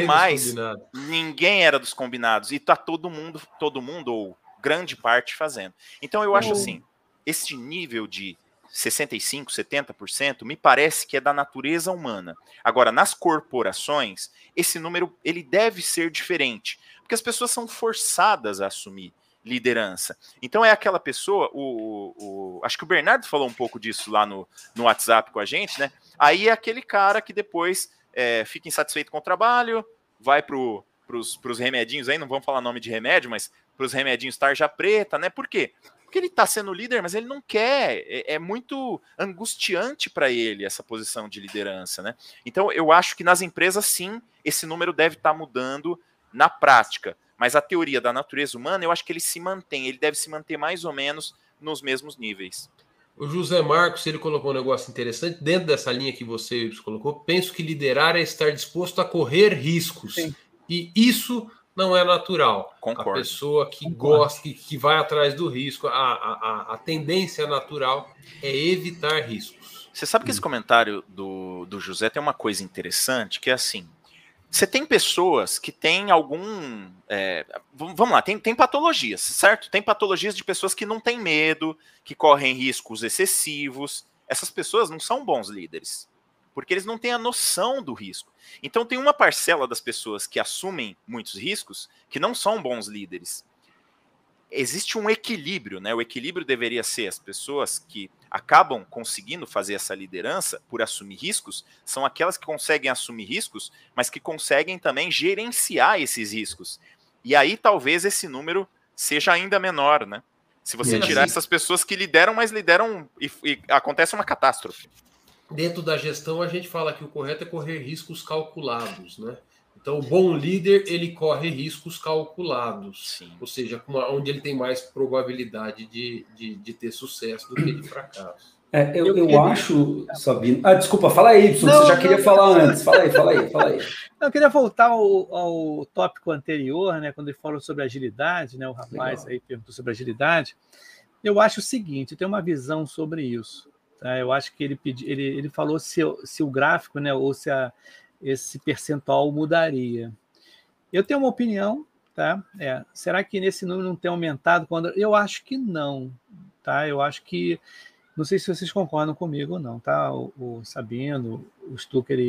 ninguém era dos combinados. E tá todo mundo, ou grande parte fazendo. Então eu acho assim, este nível de 65%, 70%, me parece que é da natureza humana. Agora, nas corporações, esse número ele deve ser diferente, porque as pessoas são forçadas a assumir liderança. Então é aquela pessoa, acho que o Bernardo falou um pouco disso lá no WhatsApp com a gente, né? Aí é aquele cara que depois fica insatisfeito com o trabalho, vai pros remedinhos aí, não vamos falar nome de remédio, mas pros remedinhos tarja preta, né? Por quê? Porque ele está sendo líder, mas ele não quer. É muito angustiante para ele essa posição de liderança, né? Então, eu acho que nas empresas, sim, esse número deve estar mudando na prática. Mas a teoria da natureza humana, eu acho que ele se mantém. Ele deve se manter mais ou menos nos mesmos níveis. O José Marcos, ele colocou um negócio interessante. Dentro dessa linha que você colocou, penso que liderar é estar disposto a correr riscos. Sim. E isso não é natural. Concordo. A pessoa que gosta, que vai atrás do risco, a tendência natural é evitar riscos. Você sabe que esse comentário do José tem uma coisa interessante, que é assim, você tem pessoas que têm algum... vamos lá, tem patologias, certo? Tem patologias de pessoas que não têm medo, que correm riscos excessivos. Essas pessoas não são bons líderes, porque eles não têm a noção do risco. Então tem uma parcela das pessoas que assumem muitos riscos que não são bons líderes. Existe um equilíbrio, né? O equilíbrio deveria ser as pessoas que acabam conseguindo fazer essa liderança por assumir riscos, são aquelas que conseguem assumir riscos, mas que conseguem também gerenciar esses riscos. E aí talvez esse número seja ainda menor, né? Se você tirar essas pessoas que lideram, mas lideram e acontece uma catástrofe. Dentro da gestão, a gente fala que o correto é correr riscos calculados, né? Então, o bom líder, ele corre riscos calculados. Sim. Ou seja, onde ele tem mais probabilidade de ter sucesso do que de fracasso. Eu acho, Sabino... desculpa, fala aí, você já queria falar antes. Fala aí. Eu queria voltar ao tópico anterior, né? Quando ele falou sobre agilidade, né? O rapaz aí perguntou sobre agilidade. Eu acho o seguinte, eu tenho uma visão sobre isso. Tá? Eu acho que ele falou se o gráfico, né, ou se esse percentual mudaria. Eu tenho uma opinião, tá? Será que nesse número não tem aumentado? Eu acho que não. Tá? Eu acho que... Não sei se vocês concordam comigo ou não, tá? O Sabino, o Stucker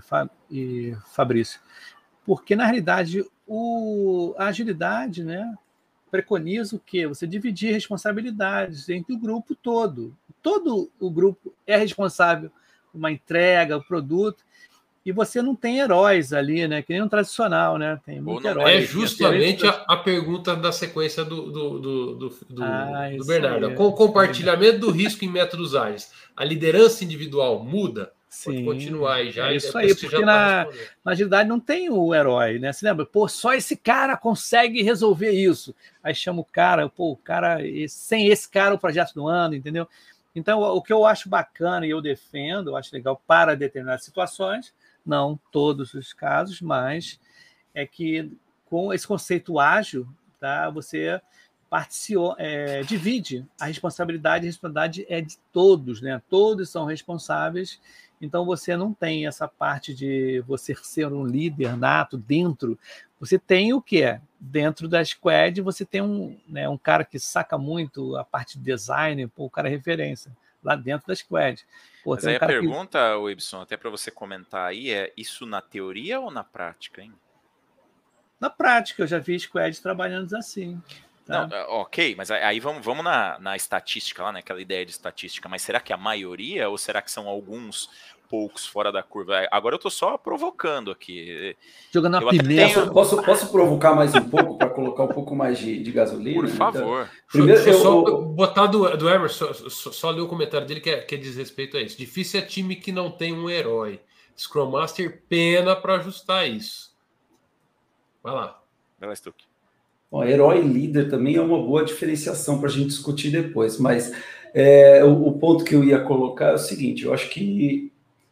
e Fabrício. Porque, na realidade, a agilidade, né, preconiza o quê? Você dividir responsabilidades entre o grupo todo. Todo o grupo é responsável por uma entrega, o produto, e você não tem heróis ali, né? Que nem um tradicional, né? Tem muito herói. É justamente a pergunta da sequência do Bernardo. Com o compartilhamento do risco em métodos ágeis, a liderança individual muda? Sim, pode continuar aí já. Isso aí, porque na agilidade não tem o herói, né? Você lembra? Pô, só esse cara consegue resolver isso. Aí chama o cara, sem esse cara o projeto não anda, entendeu? Então, o que eu acho bacana e eu defendo, eu acho legal para determinadas situações, não todos os casos, mas é que com esse conceito ágil, tá, você divide a responsabilidade é de todos, né? Todos são responsáveis, então você não tem essa parte de você ser um líder nato dentro. Você tem o que? Dentro da squad, você tem um cara que saca muito a parte de design, o cara é referência, lá dentro da squad. Mas aí a pergunta, Ibson, até para você comentar aí, é isso na teoria ou na prática, hein? Na prática, eu já vi squad trabalhando assim. Tá? Não, ok, mas aí vamos na estatística lá, né? Aquela ideia de estatística, mas será que é a maioria ou será que são alguns poucos fora da curva? Agora eu tô só provocando aqui. Jogando a pimenta. Posso provocar mais um pouco para colocar um pouco mais de gasolina? Por favor. Então, primeiro, eu só botar do Emerson, só ler o comentário dele que diz respeito a isso. Difícil é time que não tem um herói. Scrum Master pena para ajustar isso. Vai lá. Vai lá, Stuck. Bom, herói e líder também é uma boa diferenciação para a gente discutir depois, mas o ponto que eu ia colocar é o seguinte, eu acho que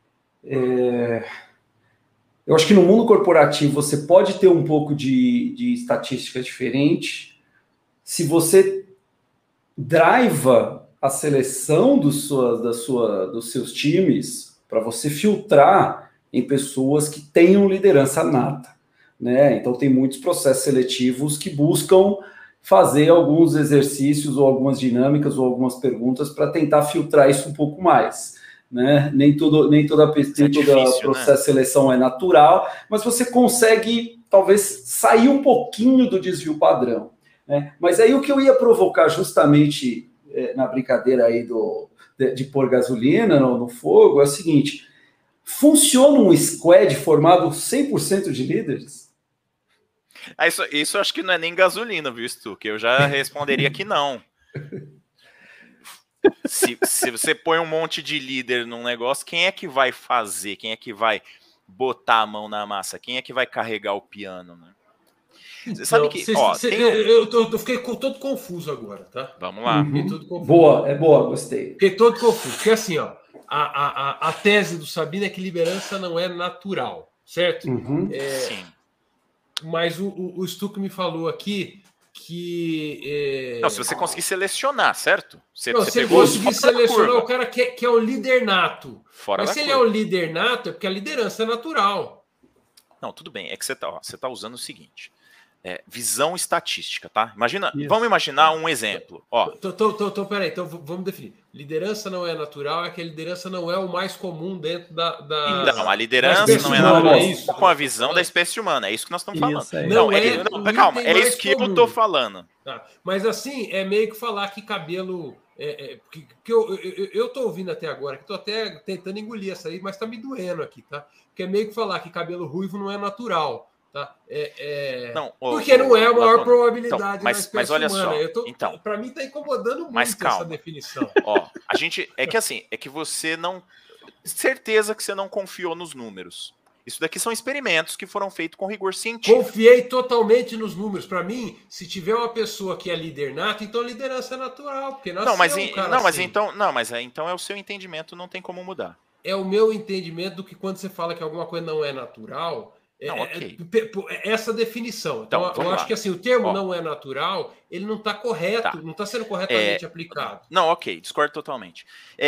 no mundo corporativo você pode ter um pouco de estatística diferente se você driva a seleção dos seus times para você filtrar em pessoas que tenham liderança nata. Né? Então, tem muitos processos seletivos que buscam fazer alguns exercícios ou algumas dinâmicas ou algumas perguntas para tentar filtrar isso um pouco mais. Né? Nem todo processo de seleção é natural, mas você consegue, talvez, sair um pouquinho do desvio padrão. Né? Mas aí o que eu ia provocar justamente na brincadeira aí de pôr gasolina no fogo é o seguinte: funciona um squad formado 100% de líderes? Isso eu acho que não é nem gasolina, viu, Stu? Que eu já responderia que não. Se você põe um monte de líder num negócio, quem é que vai fazer? Quem é que vai botar a mão na massa? Quem é que vai carregar o piano, né? Você sabe que... Eu fiquei todo confuso agora, tá? Vamos lá. Boa, gostei. Fiquei todo confuso. Porque assim, ó, a tese do Sabino é que liderança não é natural, certo? Sim. Mas o Stuck me falou aqui que... Não, se você conseguir selecionar, certo? Se você conseguir selecionar o cara que é o líder nato. Mas se ele é o líder nato, é porque a liderança é natural. Não, tudo bem. É que você tá usando o seguinte... visão estatística, tá? Isso. Vamos imaginar um exemplo. Peraí, então vamos definir. Liderança não é natural, é que a liderança não é o mais comum dentro da Então, a liderança não é natural com a visão da espécie humana. É isso que nós estamos falando. Calma, é isso que eu estou falando. Tá. Mas assim, é meio que falar que cabelo... que eu tô ouvindo até agora, que tô até tentando engolir essa aí, mas tá me doendo aqui, tá? Que é meio que falar que cabelo ruivo não é natural. Tá? Porque não é a maior probabilidade então, mas olha humana. Só. Para mim está incomodando muito essa definição. É que você não... Certeza que você não confiou nos números. Isso daqui são experimentos que foram feitos com rigor científico. Confiei totalmente nos números. Para mim, se tiver uma pessoa que é líder nato, então a liderança é natural. Porque então é o seu entendimento, não tem como mudar. É o meu entendimento do que quando você fala que alguma coisa não é natural... essa definição. Então, eu acho que assim, o termo não é natural, ele não está correto, não está sendo corretamente aplicado. Não, ok, discordo totalmente.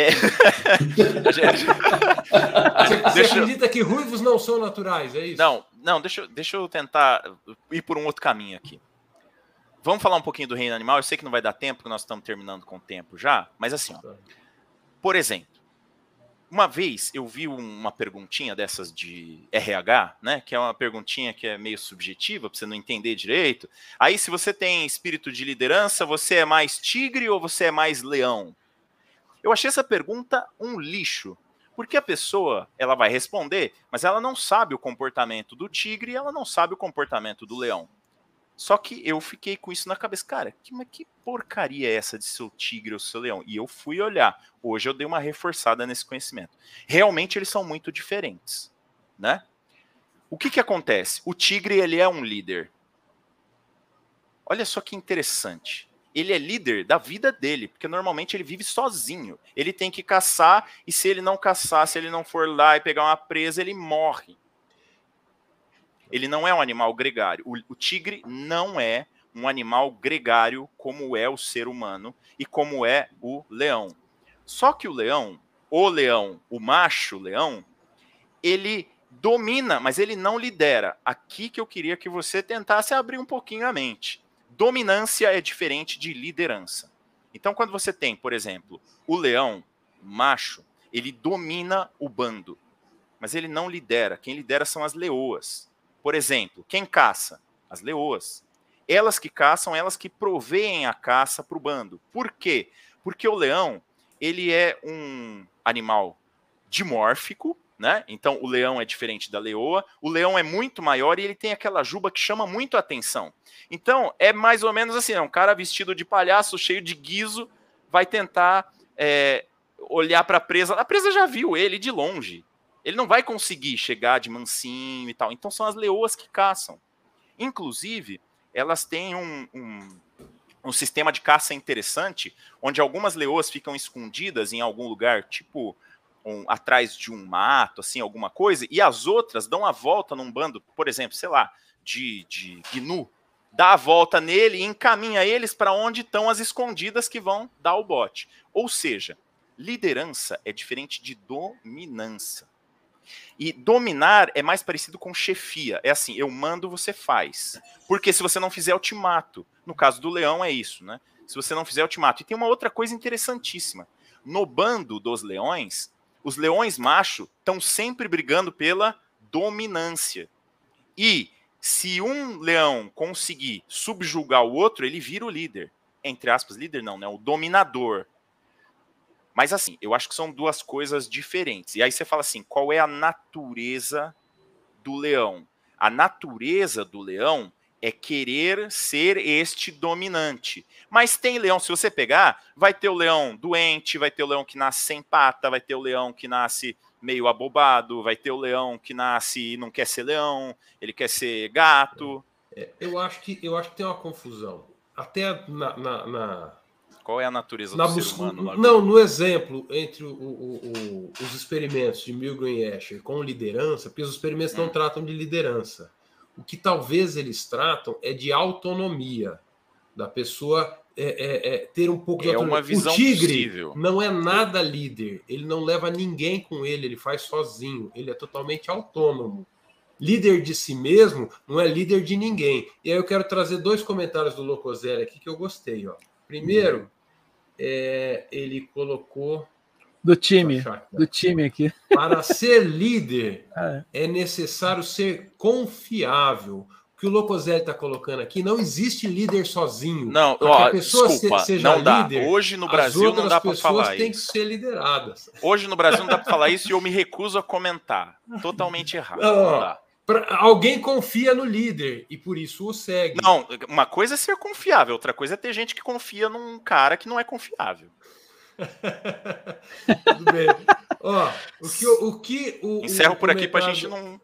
Você acredita que ruivos não são naturais, é isso? Não, deixa eu tentar ir por um outro caminho aqui. Vamos falar um pouquinho do reino animal. Eu sei que não vai dar tempo, porque nós estamos terminando com o tempo já, mas assim, por exemplo, uma vez eu vi uma perguntinha dessas de RH, né? Que é uma perguntinha que é meio subjetiva, para você não entender direito. Aí, se você tem espírito de liderança, você é mais tigre ou você é mais leão? Eu achei essa pergunta um lixo. Porque a pessoa, ela vai responder, mas ela não sabe o comportamento do tigre e ela não sabe o comportamento do leão. Só que eu fiquei com isso na cabeça. Cara, que porcaria é essa de ser o tigre ou seu leão? E eu fui olhar. Hoje eu dei uma reforçada nesse conhecimento. Realmente eles são muito diferentes, né? O que acontece? O tigre, ele é um líder. Olha só que interessante. Ele é líder da vida dele, porque normalmente ele vive sozinho. Ele tem que caçar, e se ele não caçar, se ele não for lá e pegar uma presa, ele morre. Ele não é um animal gregário. O tigre não é um animal gregário, como é o ser humano e como é o leão. Só que o leão, o macho leão, ele domina, mas ele não lidera. Aqui que eu queria que você tentasse abrir um pouquinho a mente. Dominância é diferente de liderança. Então, quando você tem, por exemplo, o leão, o macho, ele domina o bando, mas ele não lidera. Quem lidera são as leoas. Por exemplo, quem caça? As leoas. Elas que caçam, elas que proveem a caça para o bando. Por quê? Porque o leão, ele é um animal dimórfico, né? Então o leão é diferente da leoa. O leão é muito maior e ele tem aquela juba que chama muito a atenção. Então é mais ou menos assim, é um cara vestido de palhaço, cheio de guiso, vai tentar olhar para a presa. A presa já viu ele de longe. Ele não vai conseguir chegar de mansinho e tal. Então são as leoas que caçam. Inclusive, elas têm um sistema de caça interessante, onde algumas leoas ficam escondidas em algum lugar, tipo atrás de um mato, assim, alguma coisa, e as outras dão a volta num bando, por exemplo, sei lá, de gnu, dá a volta nele e encaminha eles para onde estão as escondidas que vão dar o bote. Ou seja, liderança é diferente de dominância. E dominar é mais parecido com chefia. É assim, eu mando, você faz. Porque se você não fizer, eu te mato. No caso do leão é isso, né? Se você não fizer, eu te mato. E tem uma outra coisa interessantíssima. No bando dos leões, os leões macho estão sempre brigando pela dominância. E se um leão conseguir subjugar o outro, ele vira o líder. Entre aspas, líder não, né? O dominador. Mas assim, eu acho que são duas coisas diferentes. E aí você fala assim, qual é a natureza do leão? A natureza do leão é querer ser este dominante. Mas tem leão, se você pegar, vai ter o leão doente, vai ter o leão que nasce sem pata, vai ter o leão que nasce meio abobado, vai ter o leão que nasce e não quer ser leão, ele quer ser gato. Eu acho que tem uma confusão. Até Qual é a natureza do ser humano? Não, no exemplo entre os experimentos de Milgram e Escher com liderança, porque os experimentos não tratam de liderança. O que talvez eles tratam é de autonomia, da pessoa ter um pouco de autonomia. Uma visão o tigre possível. Não é nada líder, ele não leva ninguém com ele faz sozinho, ele é totalmente autônomo. Líder de si mesmo não é líder de ninguém. E aí eu quero trazer dois comentários do Locoselli aqui que eu gostei. Ó. Primeiro, ele colocou... Do time aqui. Para ser líder, é necessário ser confiável. O que o Locoselli está colocando aqui, não existe líder sozinho. Não, a pessoa seja não dá. líder, hoje no Brasil não dá para falar isso. As pessoas têm que ser lideradas. Hoje no Brasil não dá para falar isso e eu me recuso a comentar. Totalmente errado. Não dá. Alguém confia no líder e por isso o segue. Não, uma coisa é ser confiável, outra coisa é ter gente que confia num cara que não é confiável. Tudo bem. Ó, encerro por aqui pra gente não...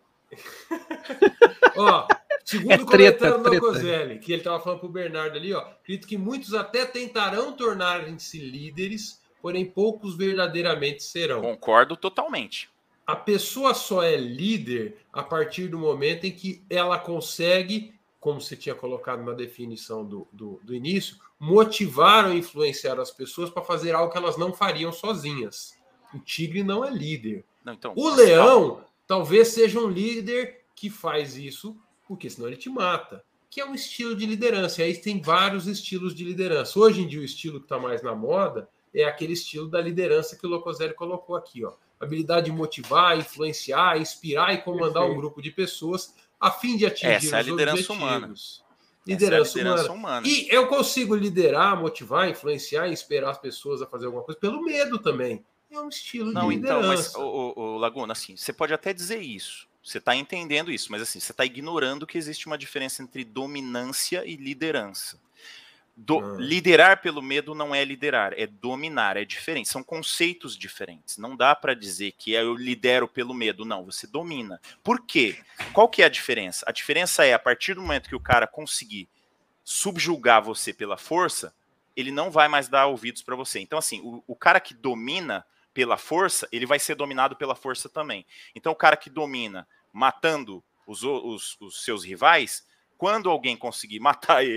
Ó, segundo o comentário do Locoselli, que ele estava falando pro Bernardo ali, ó, acredito que muitos até tentarão tornarem-se líderes, porém poucos verdadeiramente serão. Concordo totalmente. A pessoa só é líder a partir do momento em que ela consegue, como você tinha colocado na definição do início, motivar ou influenciar as pessoas para fazer algo que elas não fariam sozinhas. O tigre não é líder. Não, então, o leão talvez seja um líder que faz isso, porque senão ele te mata. Que é um estilo de liderança. E aí tem vários estilos de liderança. Hoje em dia o estilo que está mais na moda é aquele estilo da liderança que o Locoselli colocou aqui, ó. Habilidade de motivar, influenciar, inspirar e comandar um grupo de pessoas a fim de atingir os liderança objetivos. Liderança humana. E eu consigo liderar, motivar, influenciar e inspirar as pessoas a fazer alguma coisa pelo medo também. É um estilo de liderança. Então, mas, Laguna, assim, você pode até dizer isso. Você está entendendo isso, mas assim, você está ignorando que existe uma diferença entre dominância e liderança. Liderar pelo medo não é liderar, é dominar, é diferente, são conceitos diferentes. Não dá para dizer que eu lidero pelo medo, não, você domina. Por quê? Qual que é a diferença? A diferença é, a partir do momento que o cara conseguir subjugar você pela força, ele não vai mais dar ouvidos para você. Então, assim, o cara que domina pela força, ele vai ser dominado pela força também. Então, o cara que domina matando os seus rivais, quando alguém conseguir matar ele,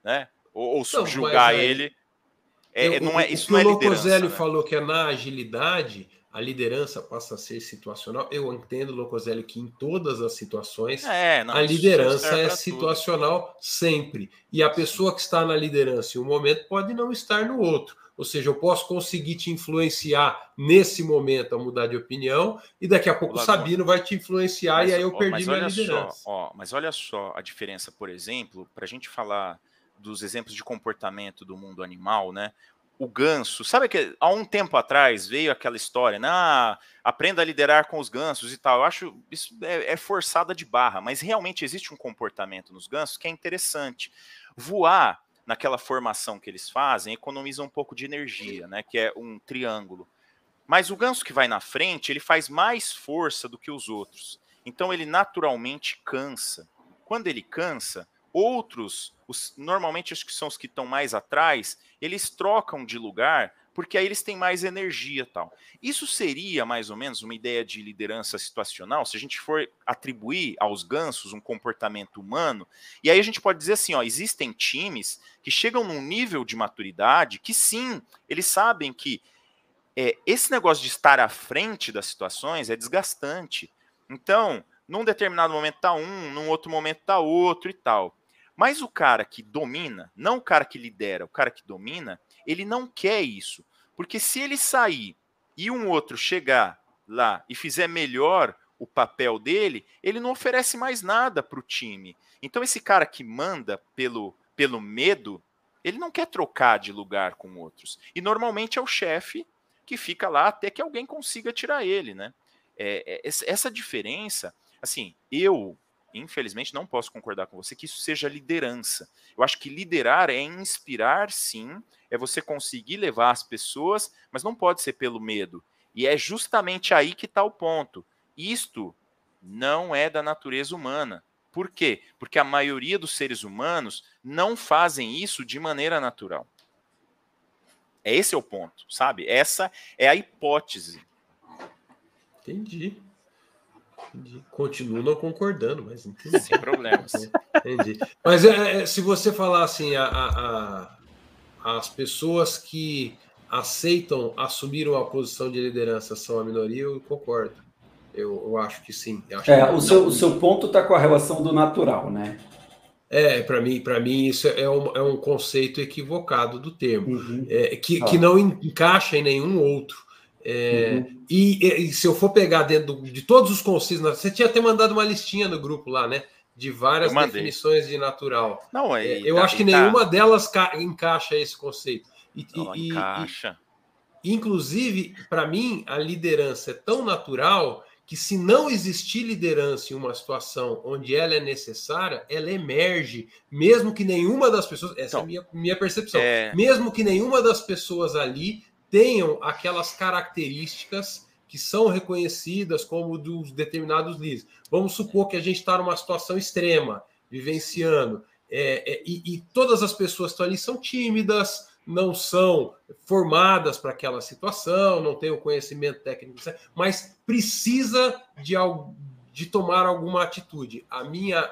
né? Ou subjugar ele. Não é, isso o que não é o liderança. Locoselli Né? falou que é na agilidade, a liderança passa a ser situacional. Eu entendo, Locoselli, que em todas as situações a liderança é situacional sempre. E a pessoa que está na liderança em um momento pode não estar no outro. Ou seja, eu posso conseguir te influenciar nesse momento a mudar de opinião e daqui a pouco o Sabino vai te influenciar e aí eu perdi minha liderança. Mas olha só a diferença, por exemplo, para a gente falar dos exemplos de comportamento do mundo animal, né? O ganso, sabe que há um tempo atrás veio aquela história, né? Aprenda a liderar com os gansos e tal. Eu acho isso é forçada de barra, mas realmente existe um comportamento nos gansos que é interessante. Voar naquela formação que eles fazem economiza um pouco de energia, né? Que é um triângulo. Mas o ganso que vai na frente, ele faz mais força do que os outros. Então ele naturalmente cansa. Quando ele cansa, outros, normalmente acho que são os que estão mais atrás, eles trocam de lugar porque aí eles têm mais energia, tal. Isso seria mais ou menos uma ideia de liderança situacional, se a gente for atribuir aos gansos um comportamento humano. E aí a gente pode dizer assim, ó, existem times que chegam num nível de maturidade que sim, eles sabem que esse negócio de estar à frente das situações é desgastante. Então, num determinado momento tá um, num outro momento tá outro e tal. Mas o cara que domina, não o cara que lidera, o cara que domina, ele não quer isso. Porque se ele sair e um outro chegar lá e fizer melhor o papel dele, ele não oferece mais nada para o time. Então esse cara que manda pelo medo, ele não quer trocar de lugar com outros. E normalmente é o chefe que fica lá até que alguém consiga tirar ele, né? Essa diferença, assim, eu infelizmente não posso concordar com você que isso seja liderança. Eu acho que liderar é inspirar, sim, é você conseguir levar as pessoas, mas não pode ser pelo medo. E é justamente aí que está o ponto. Isto não é da natureza humana. Por quê? Porque a maioria dos seres humanos não fazem isso de maneira natural. Esse é o ponto, sabe? Essa é a hipótese. Entendi. Continuo não concordando, mas entendi. Sem problemas. Entendi. Mas se você falar assim, as pessoas que aceitam assumir uma posição de liderança são a minoria, eu concordo. Eu acho que sim. Eu acho o seu ponto está com a relação do natural, né? Para mim isso é um conceito equivocado do termo, Uhum. que não encaixa em nenhum outro. E se eu for pegar dentro de todos os conceitos, você tinha até mandado uma listinha no grupo lá, né? De várias definições de natural. Não, eu acho que nenhuma delas encaixa esse conceito. Encaixa. Inclusive, para mim, a liderança é tão natural que se não existir liderança em uma situação onde ela é necessária, ela emerge, mesmo que nenhuma das pessoas, essa é a minha percepção, mesmo que nenhuma das pessoas ali tenham aquelas características que são reconhecidas como dos determinados líderes. Vamos supor que a gente está numa situação extrema, vivenciando, e todas as pessoas que estão ali são tímidas, não são formadas para aquela situação, não têm o conhecimento técnico, mas precisa de tomar alguma atitude. A minha...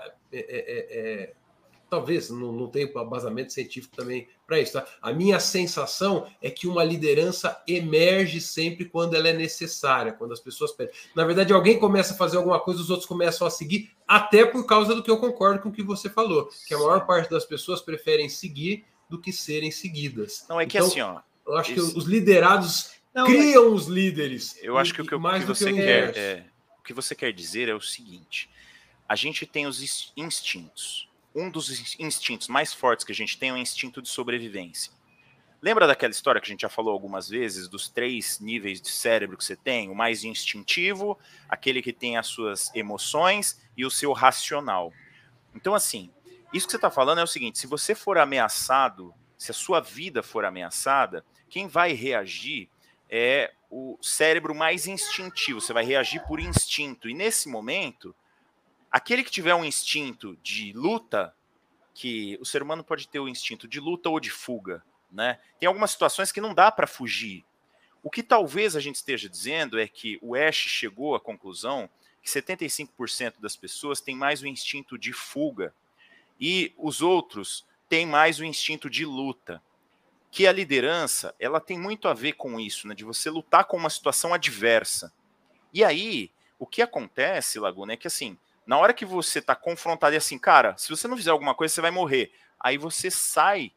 talvez não tenha embasamento científico também para isso, tá? A minha sensação é que uma liderança emerge sempre quando ela é necessária, quando as pessoas pedem. Na verdade, alguém começa a fazer alguma coisa, os outros começam a seguir, até por causa do que eu concordo com o que você falou, que a maior parte das pessoas preferem seguir do que serem seguidas. Não, é que assim, ó... Eu acho que os liderados criam os líderes. Eu acho que o que você quer dizer é o seguinte: a gente tem os instintos. Um dos instintos mais fortes que a gente tem é o instinto de sobrevivência. Lembra daquela história que a gente já falou algumas vezes, dos 3 níveis de cérebro que você tem? O mais instintivo, aquele que tem as suas emoções e o seu racional. Então, assim, isso que você está falando é o seguinte: se você for ameaçado, se a sua vida for ameaçada, quem vai reagir é o cérebro mais instintivo. Você vai reagir por instinto. E nesse momento, aquele que tiver um instinto de luta, que o ser humano pode ter o instinto de luta ou de fuga, né? Tem algumas situações que não dá para fugir. O que talvez a gente esteja dizendo é que o Ash chegou à conclusão que 75% das pessoas têm mais o instinto de fuga. E os outros tem mais o instinto de luta. Que a liderança, ela tem muito a ver com isso, né? De você lutar com uma situação adversa. E aí, o que acontece, Laguna, é que assim, na hora que você tá confrontado e assim, cara, se você não fizer alguma coisa, você vai morrer. Aí você sai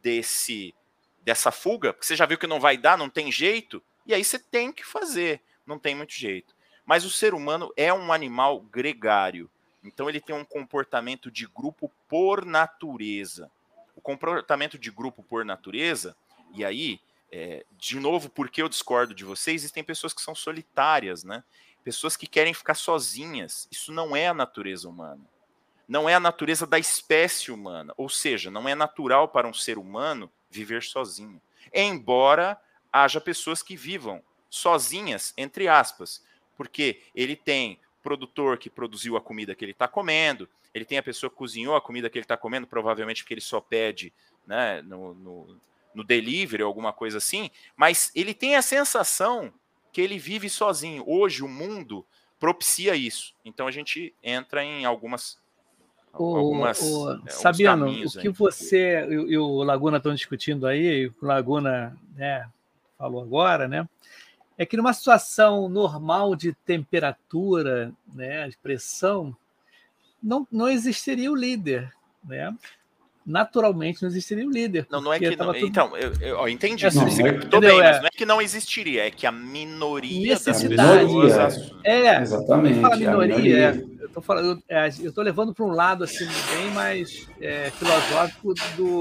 dessa fuga, porque você já viu que não vai dar, não tem jeito, e aí você tem que fazer, não tem muito jeito. Mas o ser humano é um animal gregário, então ele tem um comportamento de grupo por natureza. O comportamento de grupo por natureza, e aí, de novo, porque eu discordo de vocês, existem pessoas que são solitárias, né? Pessoas que querem ficar sozinhas. Isso não é a natureza humana. Não é a natureza da espécie humana. Ou seja, não é natural para um ser humano viver sozinho. Embora haja pessoas que vivam sozinhas, entre aspas, porque ele tem produtor que produziu a comida que ele está comendo, ele tem a pessoa que cozinhou a comida que ele está comendo, provavelmente porque ele só pede, né, no delivery ou alguma coisa assim, mas ele tem a sensação que ele vive sozinho. Hoje o mundo propicia isso. Então a gente entra em alguns Sabiano, caminhos o que aí. você e o Laguna estão discutindo aí, e o Laguna, né, falou agora, né, é que numa situação normal de temperatura, né, de pressão, não existiria o líder, né? Naturalmente não existiria o líder. Não é que não. Tudo... Então, eu entendi. Assim, Tudo bem, mas não é que não existiria, é que a minoria das pessoas. Exatamente. Fala minoria, eu tô levando para um lado assim bem mais filosófico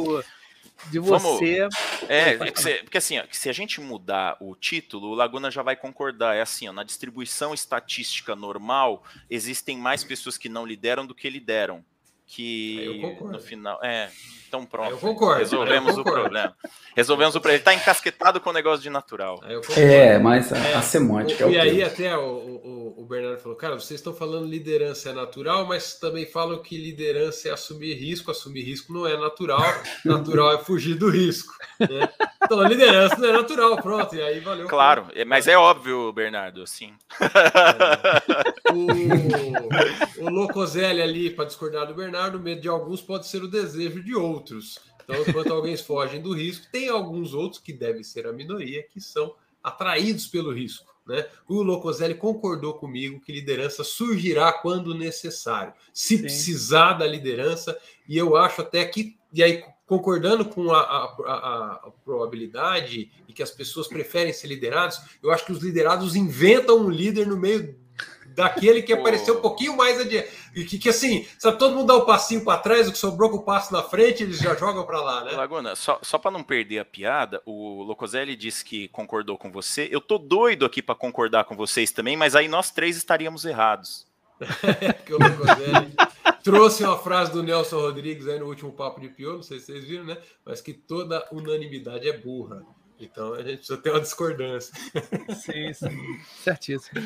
de você. Porque assim, ó, se a gente mudar o título, o Laguna já vai concordar. É assim, ó, na distribuição estatística normal, existem mais pessoas que não lideram do que lideram. Que no final. Então pronto. Eu concordo. Resolvemos o problema. Ele está encasquetado com o negócio de natural. Mas a semântica é o E aí até o Bernardo falou, cara, vocês estão falando liderança é natural, mas também falam que liderança é assumir risco não é natural, natural é fugir do risco. Né? Então a liderança não é natural, pronto, e aí valeu. Claro, mas é óbvio, Bernardo, assim. O Locoselli ali, para discordar do Bernardo, o medo de alguns pode ser o desejo de outros. Então, enquanto alguns fogem do risco, tem alguns outros que devem ser a minoria, que são atraídos pelo risco. Né? O Locoselli concordou comigo que liderança surgirá quando necessário. Se precisar da liderança, e eu acho até que, e aí concordando com a probabilidade e que as pessoas preferem ser liderados, eu acho que os liderados inventam um líder no meio daquele que apareceu um pouquinho mais adiante. Que assim, sabe, todo mundo dá o passinho para trás, o que sobrou com o passo na frente, eles já jogam para lá, né? Laguna, só para não perder a piada, o Locoselli disse que concordou com você. Eu tô doido aqui para concordar com vocês também, mas aí nós três estaríamos errados. Porque o Locoselli trouxe uma frase do Nelson Rodrigues aí no último Papo de Pior, não sei se vocês viram, né? Mas que toda unanimidade é burra. Então a gente precisa ter uma discordância. Sim, certíssimo.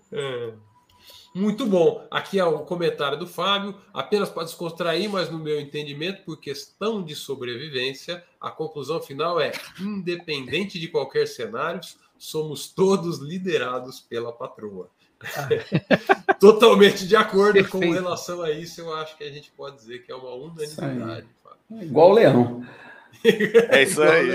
Muito bom. Aqui é o comentário do Fábio. Apenas para descontrair, mas no meu entendimento, por questão de sobrevivência, a conclusão final é: independente de qualquer cenário, somos todos liderados pela patroa. Totalmente de acordo com relação a isso, eu acho que a gente pode dizer que é uma unanimidade. Igual o leão. É isso aí.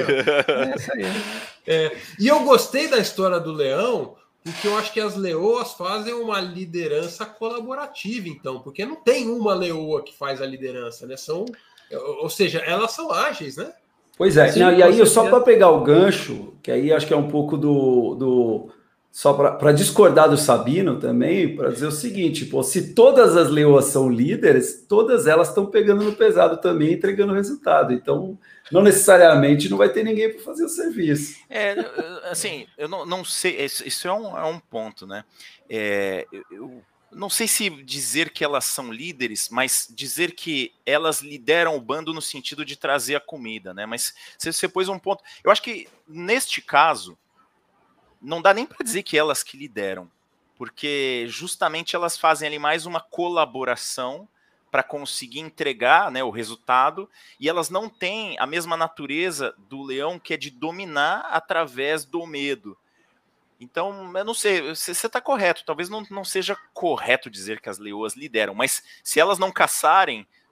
E eu gostei da história do leão, porque eu acho que as leoas fazem uma liderança colaborativa, então, porque não tem uma leoa que faz a liderança, né? Ou seja, elas são ágeis, né? Pois é. Sim, e aí, só para pegar o gancho, que aí acho que é um pouco só para discordar do Sabino também, para dizer o seguinte, pô, se todas as leoas são líderes, todas elas estão pegando no pesado também, entregando resultado. Então, não necessariamente não vai ter ninguém para fazer o serviço. Assim, eu não sei, isso é um ponto, né? Eu não sei se dizer que elas são líderes, mas dizer que elas lideram o bando no sentido de trazer a comida, né? Mas você pôs um ponto. Eu acho que, neste caso, não dá nem para dizer que elas que lideram, porque justamente elas fazem ali mais uma colaboração para conseguir entregar, né, o resultado, e elas não têm a mesma natureza do leão, que é de dominar através do medo. Então, eu não sei, você está correto, talvez não seja correto dizer que as leoas lideram, mas se elas não caçarem,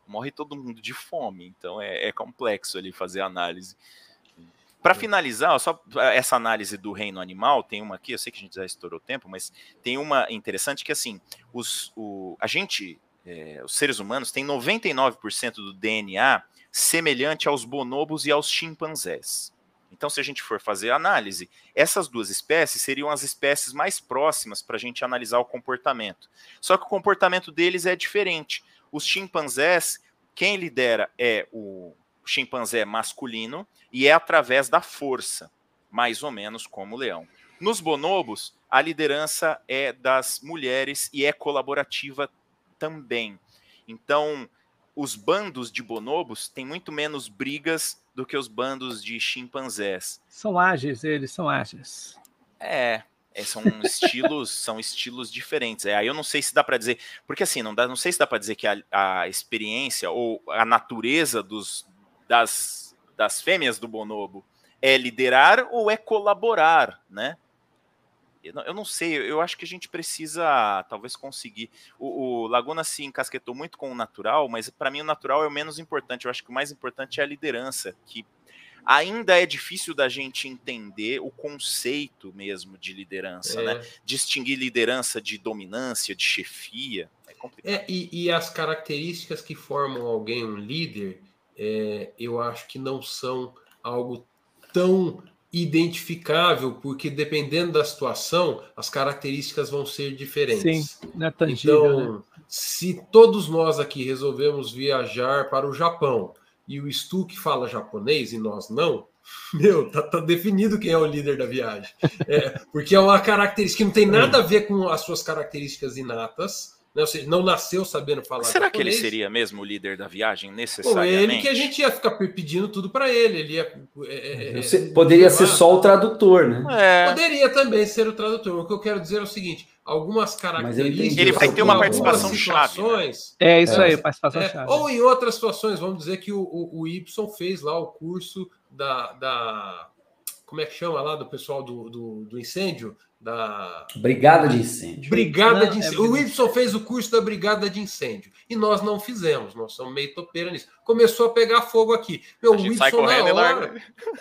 morre todo mundo de fome. Então é complexo ali fazer análise. Para finalizar, ó, só essa análise do reino animal, tem uma aqui, eu sei que a gente já estourou o tempo, mas tem uma interessante que, assim, os seres humanos têm 99% do DNA semelhante aos bonobos e aos chimpanzés. Então, se a gente for fazer a análise, essas duas espécies seriam as espécies mais próximas para a gente analisar o comportamento. Só que o comportamento deles é diferente. Os chimpanzés, quem lidera é o chimpanzé masculino e é através da força, mais ou menos como o leão. Nos bonobos, a liderança é das mulheres e é colaborativa também. Então, os bandos de bonobos têm muito menos brigas do que os bandos de chimpanzés. São ágeis, eles são ágeis. São estilos diferentes. Aí eu não sei se dá para dizer, porque assim, não sei se dá para dizer que a experiência ou a natureza das fêmeas do bonobo é liderar ou é colaborar, né? Eu não sei, eu acho que a gente precisa talvez conseguir. O Laguna se encasquetou muito com o natural, mas para mim o natural é o menos importante. Eu acho que o mais importante é a liderança, que ainda é difícil da gente entender o conceito mesmo de liderança, né? Distinguir liderança de dominância, de chefia, é complicado. E as características que formam alguém um líder, eu acho que não são algo tão identificável, porque dependendo da situação, as características vão ser diferentes. Sim, não é tangível, então, né? Se todos nós aqui resolvemos viajar para o Japão e o Stuck fala japonês e nós não, tá definido quem é o líder da viagem. Porque é uma característica que não tem nada a ver com as suas características inatas, né? Ou seja, não nasceu sabendo falar Será japonês. que ele seria mesmo o líder da viagem, necessariamente? Ele que a gente ia ficar pedindo tudo para ele. Ele ia, poderia ser só o tradutor, né? Poderia também ser o tradutor. O que eu quero dizer é o seguinte: algumas características. Ele vai ter uma participação chave. Né? Isso aí, participação chave. Ou em outras situações, vamos dizer que o Y fez lá o curso como é que chama lá do pessoal do incêndio? Brigada de incêndio. O Y fez o curso da brigada de incêndio. E nós não fizemos. Nós somos meio topeira nisso. Começou a pegar fogo aqui. A gente sai correndo e larga.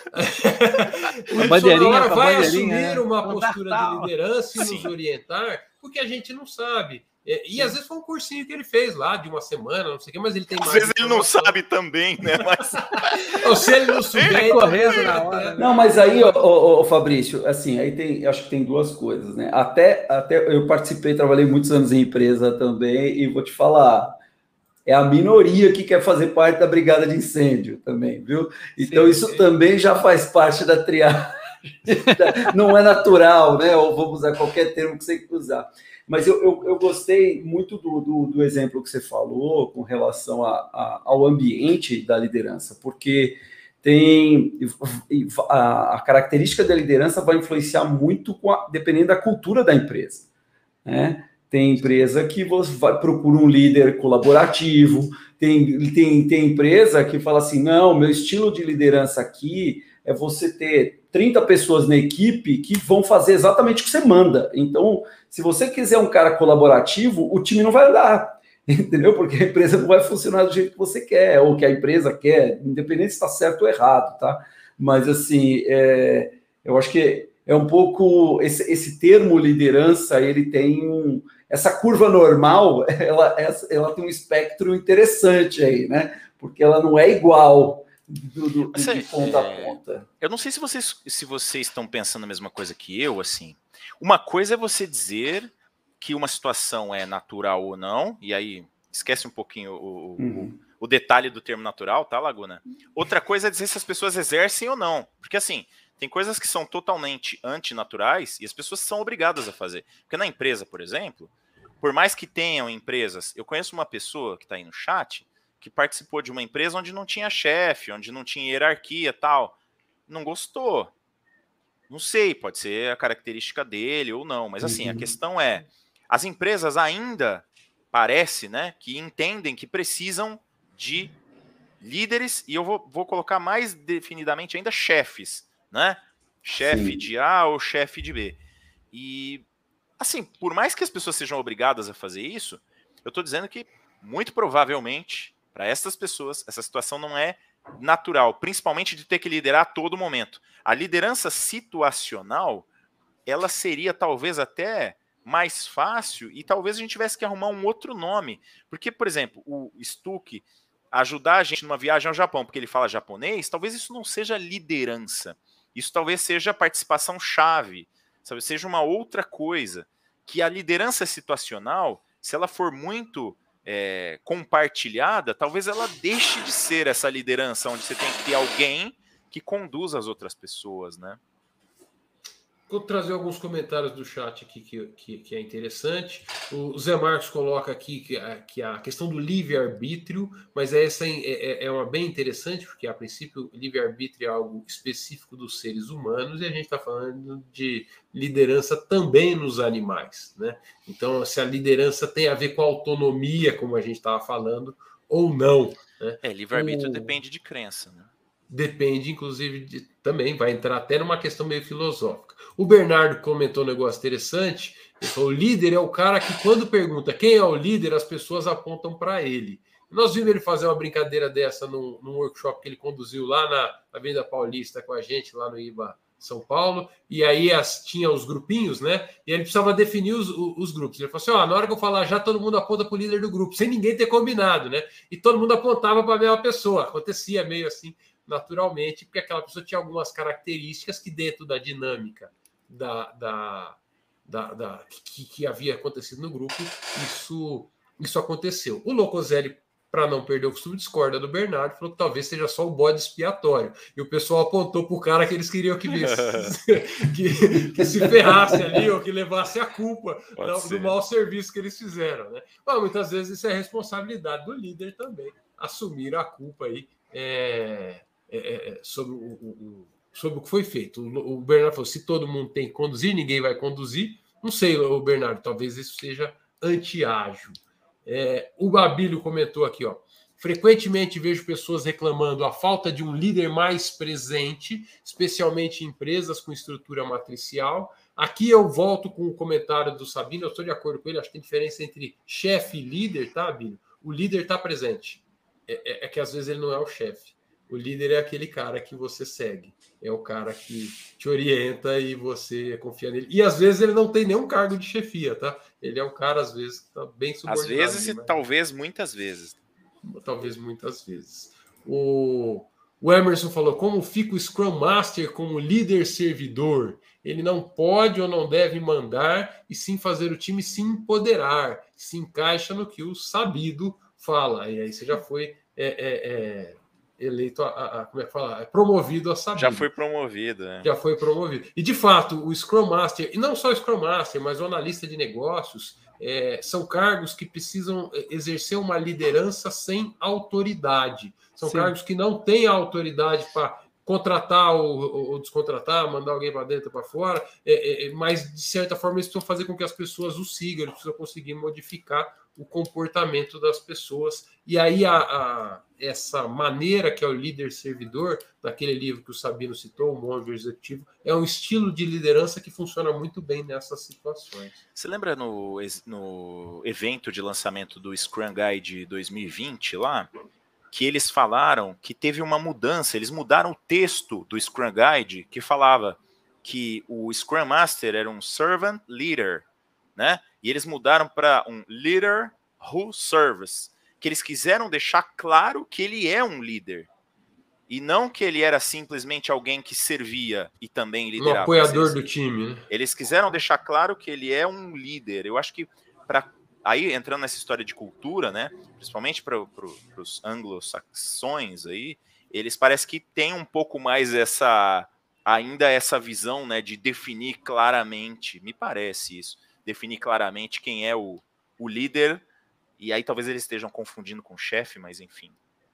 O Y na hora vai assumir uma postura de liderança e nos orientar, porque a gente não sabe. E às vezes foi um cursinho que ele fez lá, de uma semana, não sei o que, mas ele tem mais. Às vezes ele não sabe também, né? Mas... Ou se ele não souber, correndo na hora. Não, mas aí, ô, Fabrício, assim, aí acho que tem duas coisas, né? Até eu trabalhei muitos anos em empresa também, e vou te falar, é a minoria que quer fazer parte da brigada de incêndio também, viu? Então isso também já faz parte da triagem. Não é natural, né? Ou vamos usar qualquer termo que você usar. Mas eu gostei muito do exemplo que você falou com relação ao ambiente da liderança, porque a característica da liderança vai influenciar muito dependendo da cultura da empresa, né? Tem empresa que procura um líder colaborativo, tem empresa que fala assim, não, meu estilo de liderança aqui é você ter 30 pessoas na equipe que vão fazer exatamente o que você manda. Então, se você quiser um cara colaborativo, o time não vai andar, entendeu? Porque a empresa não vai funcionar do jeito que você quer, ou que a empresa quer, independente se está certo ou errado, tá? Mas, assim, eu acho que é um pouco... Esse termo liderança, ele tem essa curva normal, ela tem um espectro interessante aí, né? Porque ela não é igual de ponta a ponta. Eu não sei se vocês estão pensando a mesma coisa que eu, assim. Uma coisa é você dizer que uma situação é natural ou não, e aí esquece um pouquinho o detalhe do termo natural, tá, Laguna? Outra coisa é dizer se as pessoas exercem ou não. Porque, assim, tem coisas que são totalmente antinaturais e as pessoas são obrigadas a fazer. Porque na empresa, por exemplo, por mais que tenham empresas... Eu conheço uma pessoa que está aí no chat que participou de uma empresa onde não tinha chefe, onde não tinha hierarquia e tal. Não gostou. Não sei, pode ser a característica dele ou não, mas assim, a questão é, as empresas ainda, parece, né, que entendem que precisam de líderes, e eu vou colocar mais definidamente ainda chefes, né? Chefe de A ou chefe de B. E, assim, por mais que as pessoas sejam obrigadas a fazer isso, eu estou dizendo que, muito provavelmente, Para essas pessoas, essa situação não é natural, principalmente de ter que liderar a todo momento. A liderança situacional, ela seria talvez até mais fácil e talvez a gente tivesse que arrumar um outro nome. Porque, por exemplo, o Stuck ajudar a gente numa viagem ao Japão, porque ele fala japonês, talvez isso não seja liderança. Isso talvez seja participação chave, sabe? Seja uma outra coisa. Que a liderança situacional, se ela for muito compartilhada, talvez ela deixe de ser essa liderança, onde você tem que ter alguém que conduza as outras pessoas, né? Vou trazer alguns comentários do chat aqui que é interessante. O Zé Marcos coloca aqui que a questão do livre-arbítrio, mas essa é uma bem interessante, porque a princípio livre-arbítrio é algo específico dos seres humanos e a gente está falando de liderança também nos animais, né? Então, se a liderança tem a ver com a autonomia, como a gente estava falando, ou não. Né? Livre-arbítrio depende de crença, né? Depende, inclusive, também vai entrar até numa questão meio filosófica. O Bernardo comentou um negócio interessante. Ele falou: o líder é o cara que, quando pergunta quem é o líder, as pessoas apontam para ele. Nós vimos ele fazer uma brincadeira dessa num workshop que ele conduziu lá na Avenida Paulista com a gente, lá no IBA São Paulo. E aí tinha os grupinhos, né? E ele precisava definir os grupos. Ele falou assim: na hora que eu falar já, todo mundo aponta para o líder do grupo, sem ninguém ter combinado, né? E todo mundo apontava para a mesma pessoa. Acontecia meio assim, naturalmente, porque aquela pessoa tinha algumas características que, dentro da dinâmica que havia acontecido no grupo, isso aconteceu. O Locoselli, para não perder o costume, discorda do Bernardo, falou que talvez seja só o bode expiatório. E o pessoal apontou para o cara que eles queriam que se ferrasse ali, ou que levasse a culpa do mau serviço que eles fizeram. Né? Mas muitas vezes isso é responsabilidade do líder também, assumir a culpa aí sobre o que foi feito. O Bernardo falou: se todo mundo tem que conduzir, ninguém vai conduzir. Não sei, o Bernardo, talvez isso seja anti-ágil. O Abílio comentou aqui, frequentemente vejo pessoas reclamando a falta de um líder mais presente, especialmente em empresas com estrutura matricial. Aqui eu volto com o comentário do Sabino, eu estou de acordo com ele, acho que tem diferença entre chefe e líder, tá, Abílio? O líder está presente. É que às vezes ele não é o chefe. O líder é aquele cara que você segue. É o cara que te orienta e você confia nele. E às vezes ele não tem nenhum cargo de chefia, tá? Ele é um cara, às vezes, que está bem subordinado. Às vezes e talvez muitas vezes. Talvez muitas vezes. O Emerson falou: como fica o Scrum Master como líder servidor? Ele não pode ou não deve mandar, e sim fazer o time se empoderar. Se encaixa no que o sabido fala. E aí você já foi eleito como é que fala? Promovido a sabido. Já foi promovido, né? Já foi promovido. E, de fato, o Scrum Master, e não só o Scrum Master, mas o analista de negócios, são cargos que precisam exercer uma liderança sem autoridade. São cargos que não têm autoridade para contratar ou descontratar, mandar alguém para dentro ou para fora, mas, de certa forma, eles precisam fazer com que as pessoas o sigam, eles precisam conseguir modificar o comportamento das pessoas. E aí essa maneira que é o líder servidor, naquele livro que o Sabino citou, o Monge Executivo, é um estilo de liderança que funciona muito bem nessas situações. Você lembra no evento de lançamento do Scrum Guide 2020 lá, que eles falaram que teve uma mudança, eles mudaram o texto do Scrum Guide, que falava que o Scrum Master era um servant leader, né? E eles mudaram para um leader who serves, que eles quiseram deixar claro que ele é um líder, e não que ele era simplesmente alguém que servia e também liderava. Um apoiador do time, né? Eles quiseram deixar claro que ele é um líder. Eu acho que, aí entrando nessa história de cultura, né, principalmente para os anglo-saxões, aí, eles parecem que têm um pouco mais ainda essa visão, né, de definir claramente, me parece isso, definir claramente quem é o líder, e aí talvez eles estejam confundindo com o chefe, mas enfim.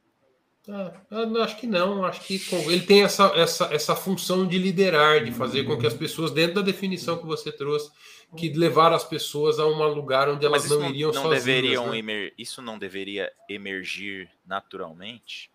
Acho que não, acho que ele tem essa função de liderar, de fazer com que as pessoas, dentro da definição que você trouxe, que levar as pessoas a um lugar onde elas não iriam sozinhas. Né? Isso não deveria emergir naturalmente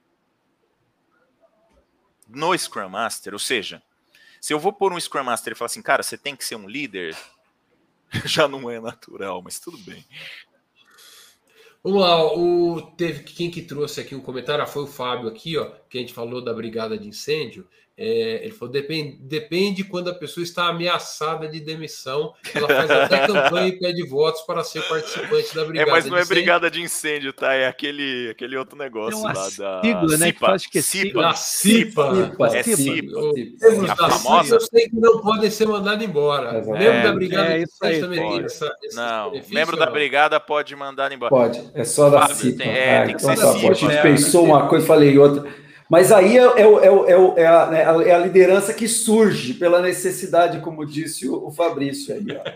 no Scrum Master? Ou seja, se eu vou pôr um Scrum Master e falar assim, cara, você tem que ser um líder, já não é natural, mas tudo bem. Vamos lá, teve quem que trouxe aqui um comentário, foi o Fábio aqui, ó, que a gente falou da brigada de incêndio. Ele falou, depende quando a pessoa está ameaçada de demissão, ela faz até campanha e pede votos para ser participante da brigada mas não de é incêndio. brigada de incêndio, tá? É aquele outro negócio lá da sigla, né? CIPA. CIPA. É CIPA. A famosa. Eu sei que não podem ser mandados embora. Membro da brigada de incêndio também tem não, membro da brigada pode mandar embora. Pode, é só da Fábio, CIPA. tem que ser tá, CIPA. A gente pensou uma coisa e falei outra. Mas aí é a liderança que surge pela necessidade, como disse o Fabrício aí. Ó.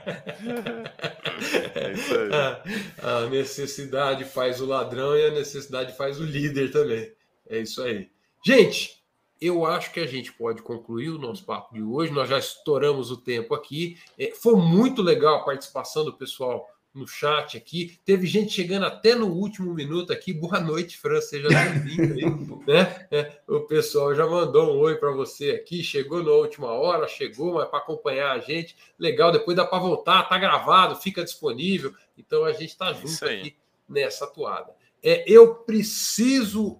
É isso aí. A necessidade faz o ladrão e a necessidade faz o líder também. É isso aí. Gente, eu acho que a gente pode concluir o nosso papo de hoje. Nós já estouramos o tempo aqui. Foi muito legal a participação do pessoal no chat aqui. Teve gente chegando até no último minuto aqui. Boa noite, Fran, seja bem-vindo aí. Né? O pessoal já mandou um oi para você aqui. Chegou na última hora, mas para acompanhar a gente. Legal, depois dá para voltar, tá gravado, fica disponível. Então a gente está junto aqui nessa toada. Eu preciso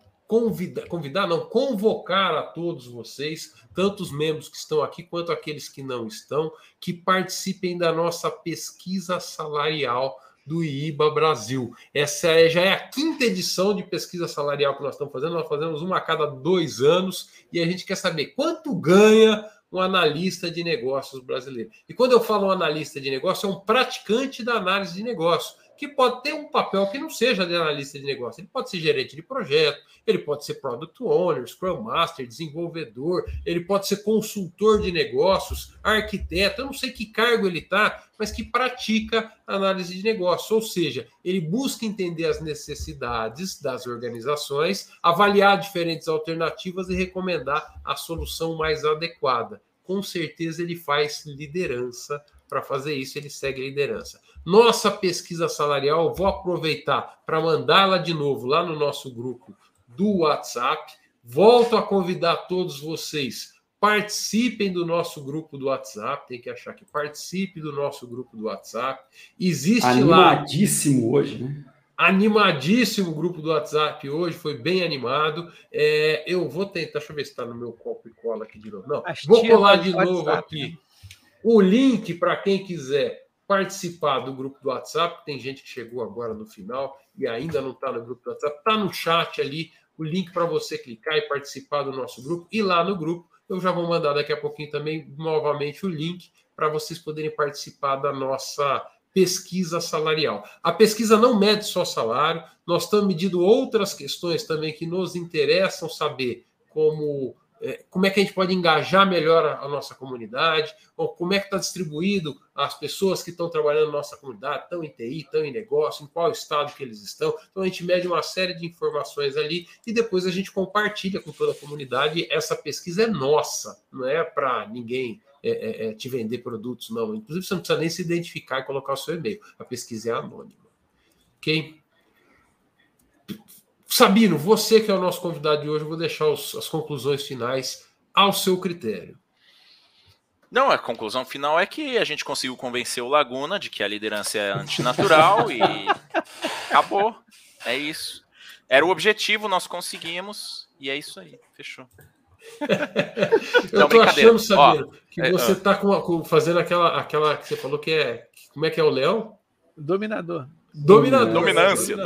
convocar a todos vocês, tanto os membros que estão aqui quanto aqueles que não estão, que participem da nossa pesquisa salarial do IIBA Brasil. Essa já é a 5ª edição de pesquisa salarial que nós estamos fazendo. Nós fazemos uma a cada 2 anos e a gente quer saber quanto ganha um analista de negócios brasileiro. E quando eu falo um analista de negócio, é um praticante da análise de negócio, que pode ter um papel que não seja de analista de negócio. Ele pode ser gerente de projeto, ele pode ser Product Owner, Scrum Master, desenvolvedor, ele pode ser consultor de negócios, arquiteto, eu não sei que cargo ele está, mas que pratica análise de negócio. Ou seja, ele busca entender as necessidades das organizações, avaliar diferentes alternativas e recomendar a solução mais adequada. Com certeza ele faz liderança. Para fazer isso, ele segue a liderança. Nossa pesquisa salarial, vou aproveitar para mandá-la de novo lá no nosso grupo do WhatsApp. Volto a convidar todos vocês, participem do nosso grupo do WhatsApp. Tem que achar que participe do nosso grupo do WhatsApp. Existe animadíssimo lá, hoje, né? Animadíssimo o grupo do WhatsApp hoje, foi bem animado. Eu vou tentar, deixa eu ver se está no meu copo e cola aqui de novo. Não, vou colar de novo aqui. Né? O link para quem quiser participar do grupo do WhatsApp, tem gente que chegou agora no final e ainda não está no grupo do WhatsApp, está no chat ali, o link para você clicar e participar do nosso grupo. E lá no grupo, eu já vou mandar daqui a pouquinho também, novamente, o link para vocês poderem participar da nossa pesquisa salarial. A pesquisa não mede só salário, nós estamos medindo outras questões também que nos interessam saber, como é que a gente pode engajar melhor a nossa comunidade, ou como é que está distribuído as pessoas que estão trabalhando na nossa comunidade, estão em TI, estão em negócio, em qual estado que eles estão. Então a gente mede uma série de informações ali e depois a gente compartilha com toda a comunidade. Essa pesquisa é nossa, não é para ninguém te vender produtos, não. Inclusive você não precisa nem se identificar e colocar o seu e-mail. A pesquisa é anônima. Ok? Sabino, você que é o nosso convidado de hoje, eu vou deixar as conclusões finais ao seu critério. Não, a conclusão final é que a gente conseguiu convencer o Laguna de que a liderança é antinatural e acabou. É isso. Era o objetivo, nós conseguimos e é isso aí. Fechou. Eu tô achando, Sabino, que você está fazendo aquela que você falou que é... Como é que é o Léo? Dominador. Dominância.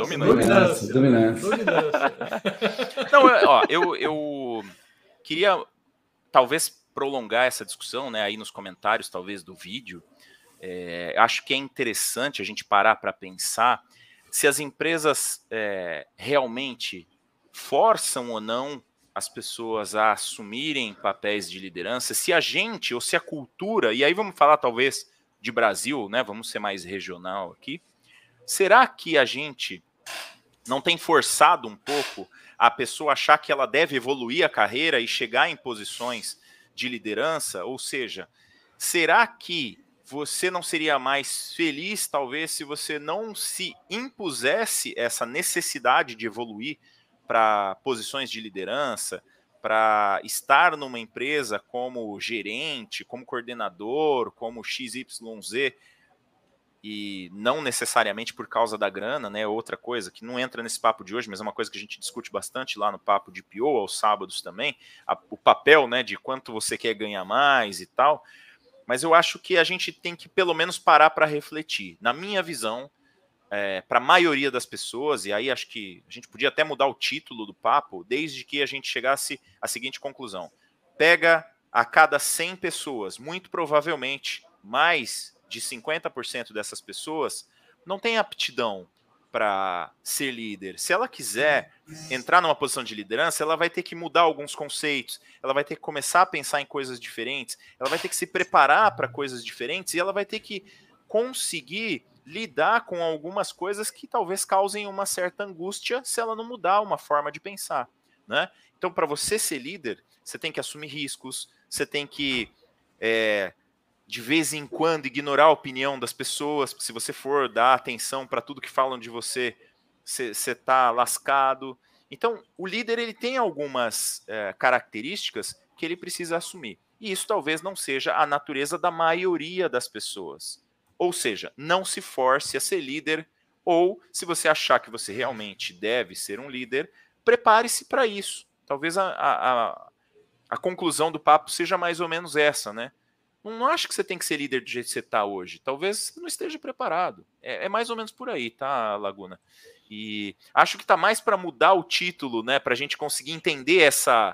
Não, eu queria talvez prolongar essa discussão, né, aí nos comentários, talvez, do vídeo. Acho que é interessante a gente parar para pensar se as empresas realmente forçam ou não as pessoas a assumirem papéis de liderança, se a gente, ou se a cultura, e aí vamos falar talvez de Brasil, né, vamos ser mais regional aqui, será que a gente não tem forçado um pouco a pessoa achar que ela deve evoluir a carreira e chegar em posições de liderança? Ou seja, será que você não seria mais feliz, talvez, se você não se impusesse essa necessidade de evoluir para posições de liderança, para estar numa empresa como gerente, como coordenador, como XYZ, e não necessariamente por causa da grana, né? Outra coisa que não entra nesse papo de hoje, mas é uma coisa que a gente discute bastante lá no papo de PO aos sábados também, o papel, né, de quanto você quer ganhar mais e tal. Mas eu acho que a gente tem que pelo menos parar para refletir. Na minha visão, para a maioria das pessoas, e aí acho que a gente podia até mudar o título do papo, desde que a gente chegasse à seguinte conclusão: pega a cada 100 pessoas, muito provavelmente mais de 50% dessas pessoas não tem aptidão para ser líder. Se ela quiser entrar numa posição de liderança, ela vai ter que mudar alguns conceitos, ela vai ter que começar a pensar em coisas diferentes, ela vai ter que se preparar para coisas diferentes e ela vai ter que conseguir lidar com algumas coisas que talvez causem uma certa angústia se ela não mudar uma forma de pensar, né? Então, para você ser líder, você tem que assumir riscos, você tem que de vez em quando ignorar a opinião das pessoas. Se você for dar atenção para tudo que falam de você, você tá lascado. Então, o líder ele tem algumas características que ele precisa assumir. E isso talvez não seja a natureza da maioria das pessoas. Ou seja, não se force a ser líder, ou se você achar que você realmente deve ser um líder, prepare-se para isso. Talvez a conclusão do papo seja mais ou menos essa, né? Não acho que você tem que ser líder do jeito que você está hoje. Talvez você não esteja preparado. É mais ou menos por aí, tá, Laguna? E acho que está mais para mudar o título, né? Para a gente conseguir entender essa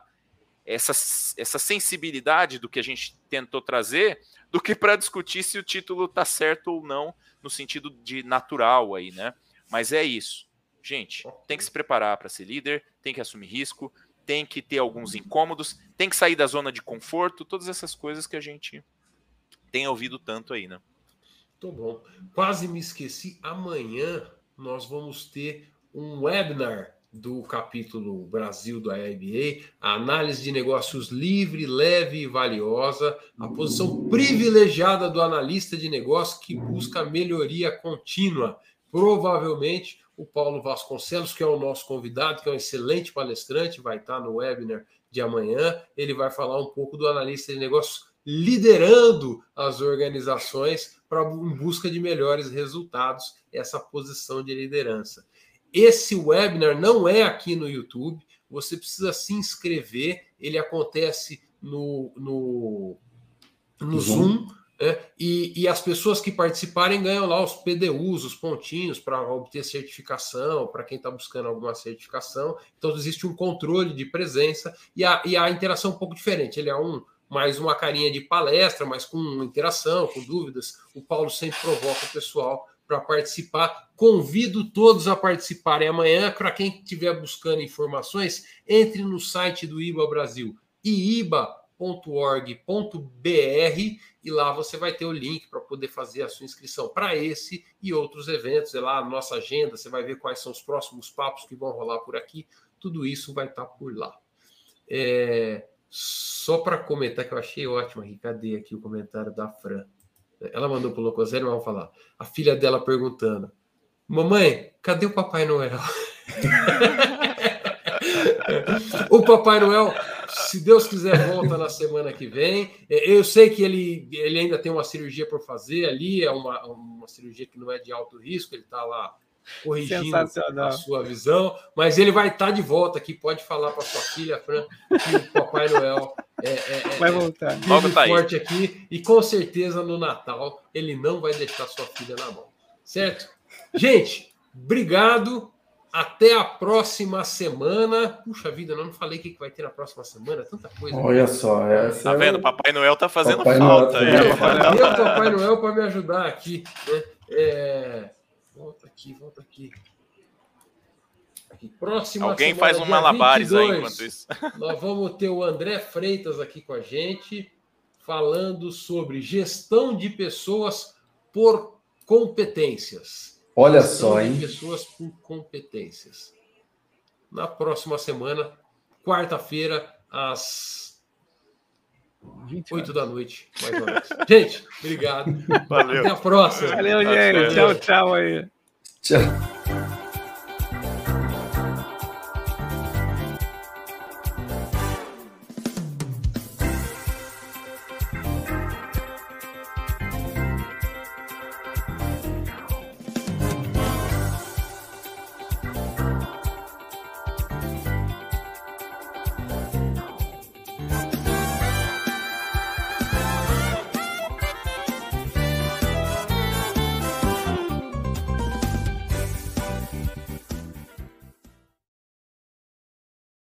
sensibilidade do que a gente tentou trazer, do que para discutir se o título está certo ou não, no sentido de natural aí, né? Mas é isso. Gente, tem que se preparar para ser líder, tem que assumir risco, tem que ter alguns incômodos, tem que sair da zona de conforto, todas essas coisas que a gente tem ouvido tanto aí, né? Muito bom. Quase me esqueci. Amanhã nós vamos ter um webinar do capítulo Brasil do IIBA, a análise de negócios livre, leve e valiosa, a posição privilegiada do analista de negócio que busca melhoria contínua. Provavelmente o Paulo Vasconcelos, que é o nosso convidado, que é um excelente palestrante, vai estar no webinar de amanhã. Ele vai falar um pouco do analista de negócios liderando as organizações em busca de melhores resultados, essa posição de liderança. Esse webinar não é aqui no YouTube, você precisa se inscrever, ele acontece no Zoom, né? E as pessoas que participarem ganham lá os PDUs, os pontinhos para obter certificação, para quem está buscando alguma certificação. Então existe um controle de presença e a interação é um pouco diferente, ele é mais uma carinha de palestra, mas com interação, com dúvidas. O Paulo sempre provoca o pessoal para participar. Convido todos a participarem amanhã. Para quem estiver buscando informações, entre no site do IBA Brasil, iiba.org.br, e lá você vai ter o link para poder fazer a sua inscrição para esse e outros eventos. É lá a nossa agenda, você vai ver quais são os próximos papos que vão rolar por aqui. Tudo isso vai estar por lá. Só para comentar, que eu achei ótimo aqui, cadê aqui o comentário da Fran? Ela mandou para o Locoselli, vamos falar. A filha dela perguntando: mamãe, cadê o Papai Noel? O Papai Noel, se Deus quiser, volta na semana que vem. Eu sei que ele ainda tem uma cirurgia por fazer ali, é uma cirurgia que não é de alto risco, ele está lá corrigindo a sua visão, mas ele vai estar de volta aqui. Pode falar para sua filha, Fran, que o Papai Noel vai voltar. Logo tá forte aqui, e com certeza no Natal ele não vai deixar sua filha na mão, certo? Gente, obrigado. Até a próxima semana. Puxa vida, eu não falei o que vai ter na próxima semana. Tanta coisa. Olha só. Tá vendo? Papai Noel tá fazendo falta. Cadê o Papai Noel para me ajudar aqui? Né? Volta aqui. Próxima Alguém semana, faz um malabares 22, aí enquanto isso. Nós vamos ter o André Freitas aqui com a gente, falando sobre gestão de pessoas por competências. Olha só, hein? Pessoas por competências. Na próxima semana, quarta-feira, às 8 da noite, mais ou menos. Gente, obrigado. Valeu. Até a próxima. Valeu, gente. Tchau aí. Tchau.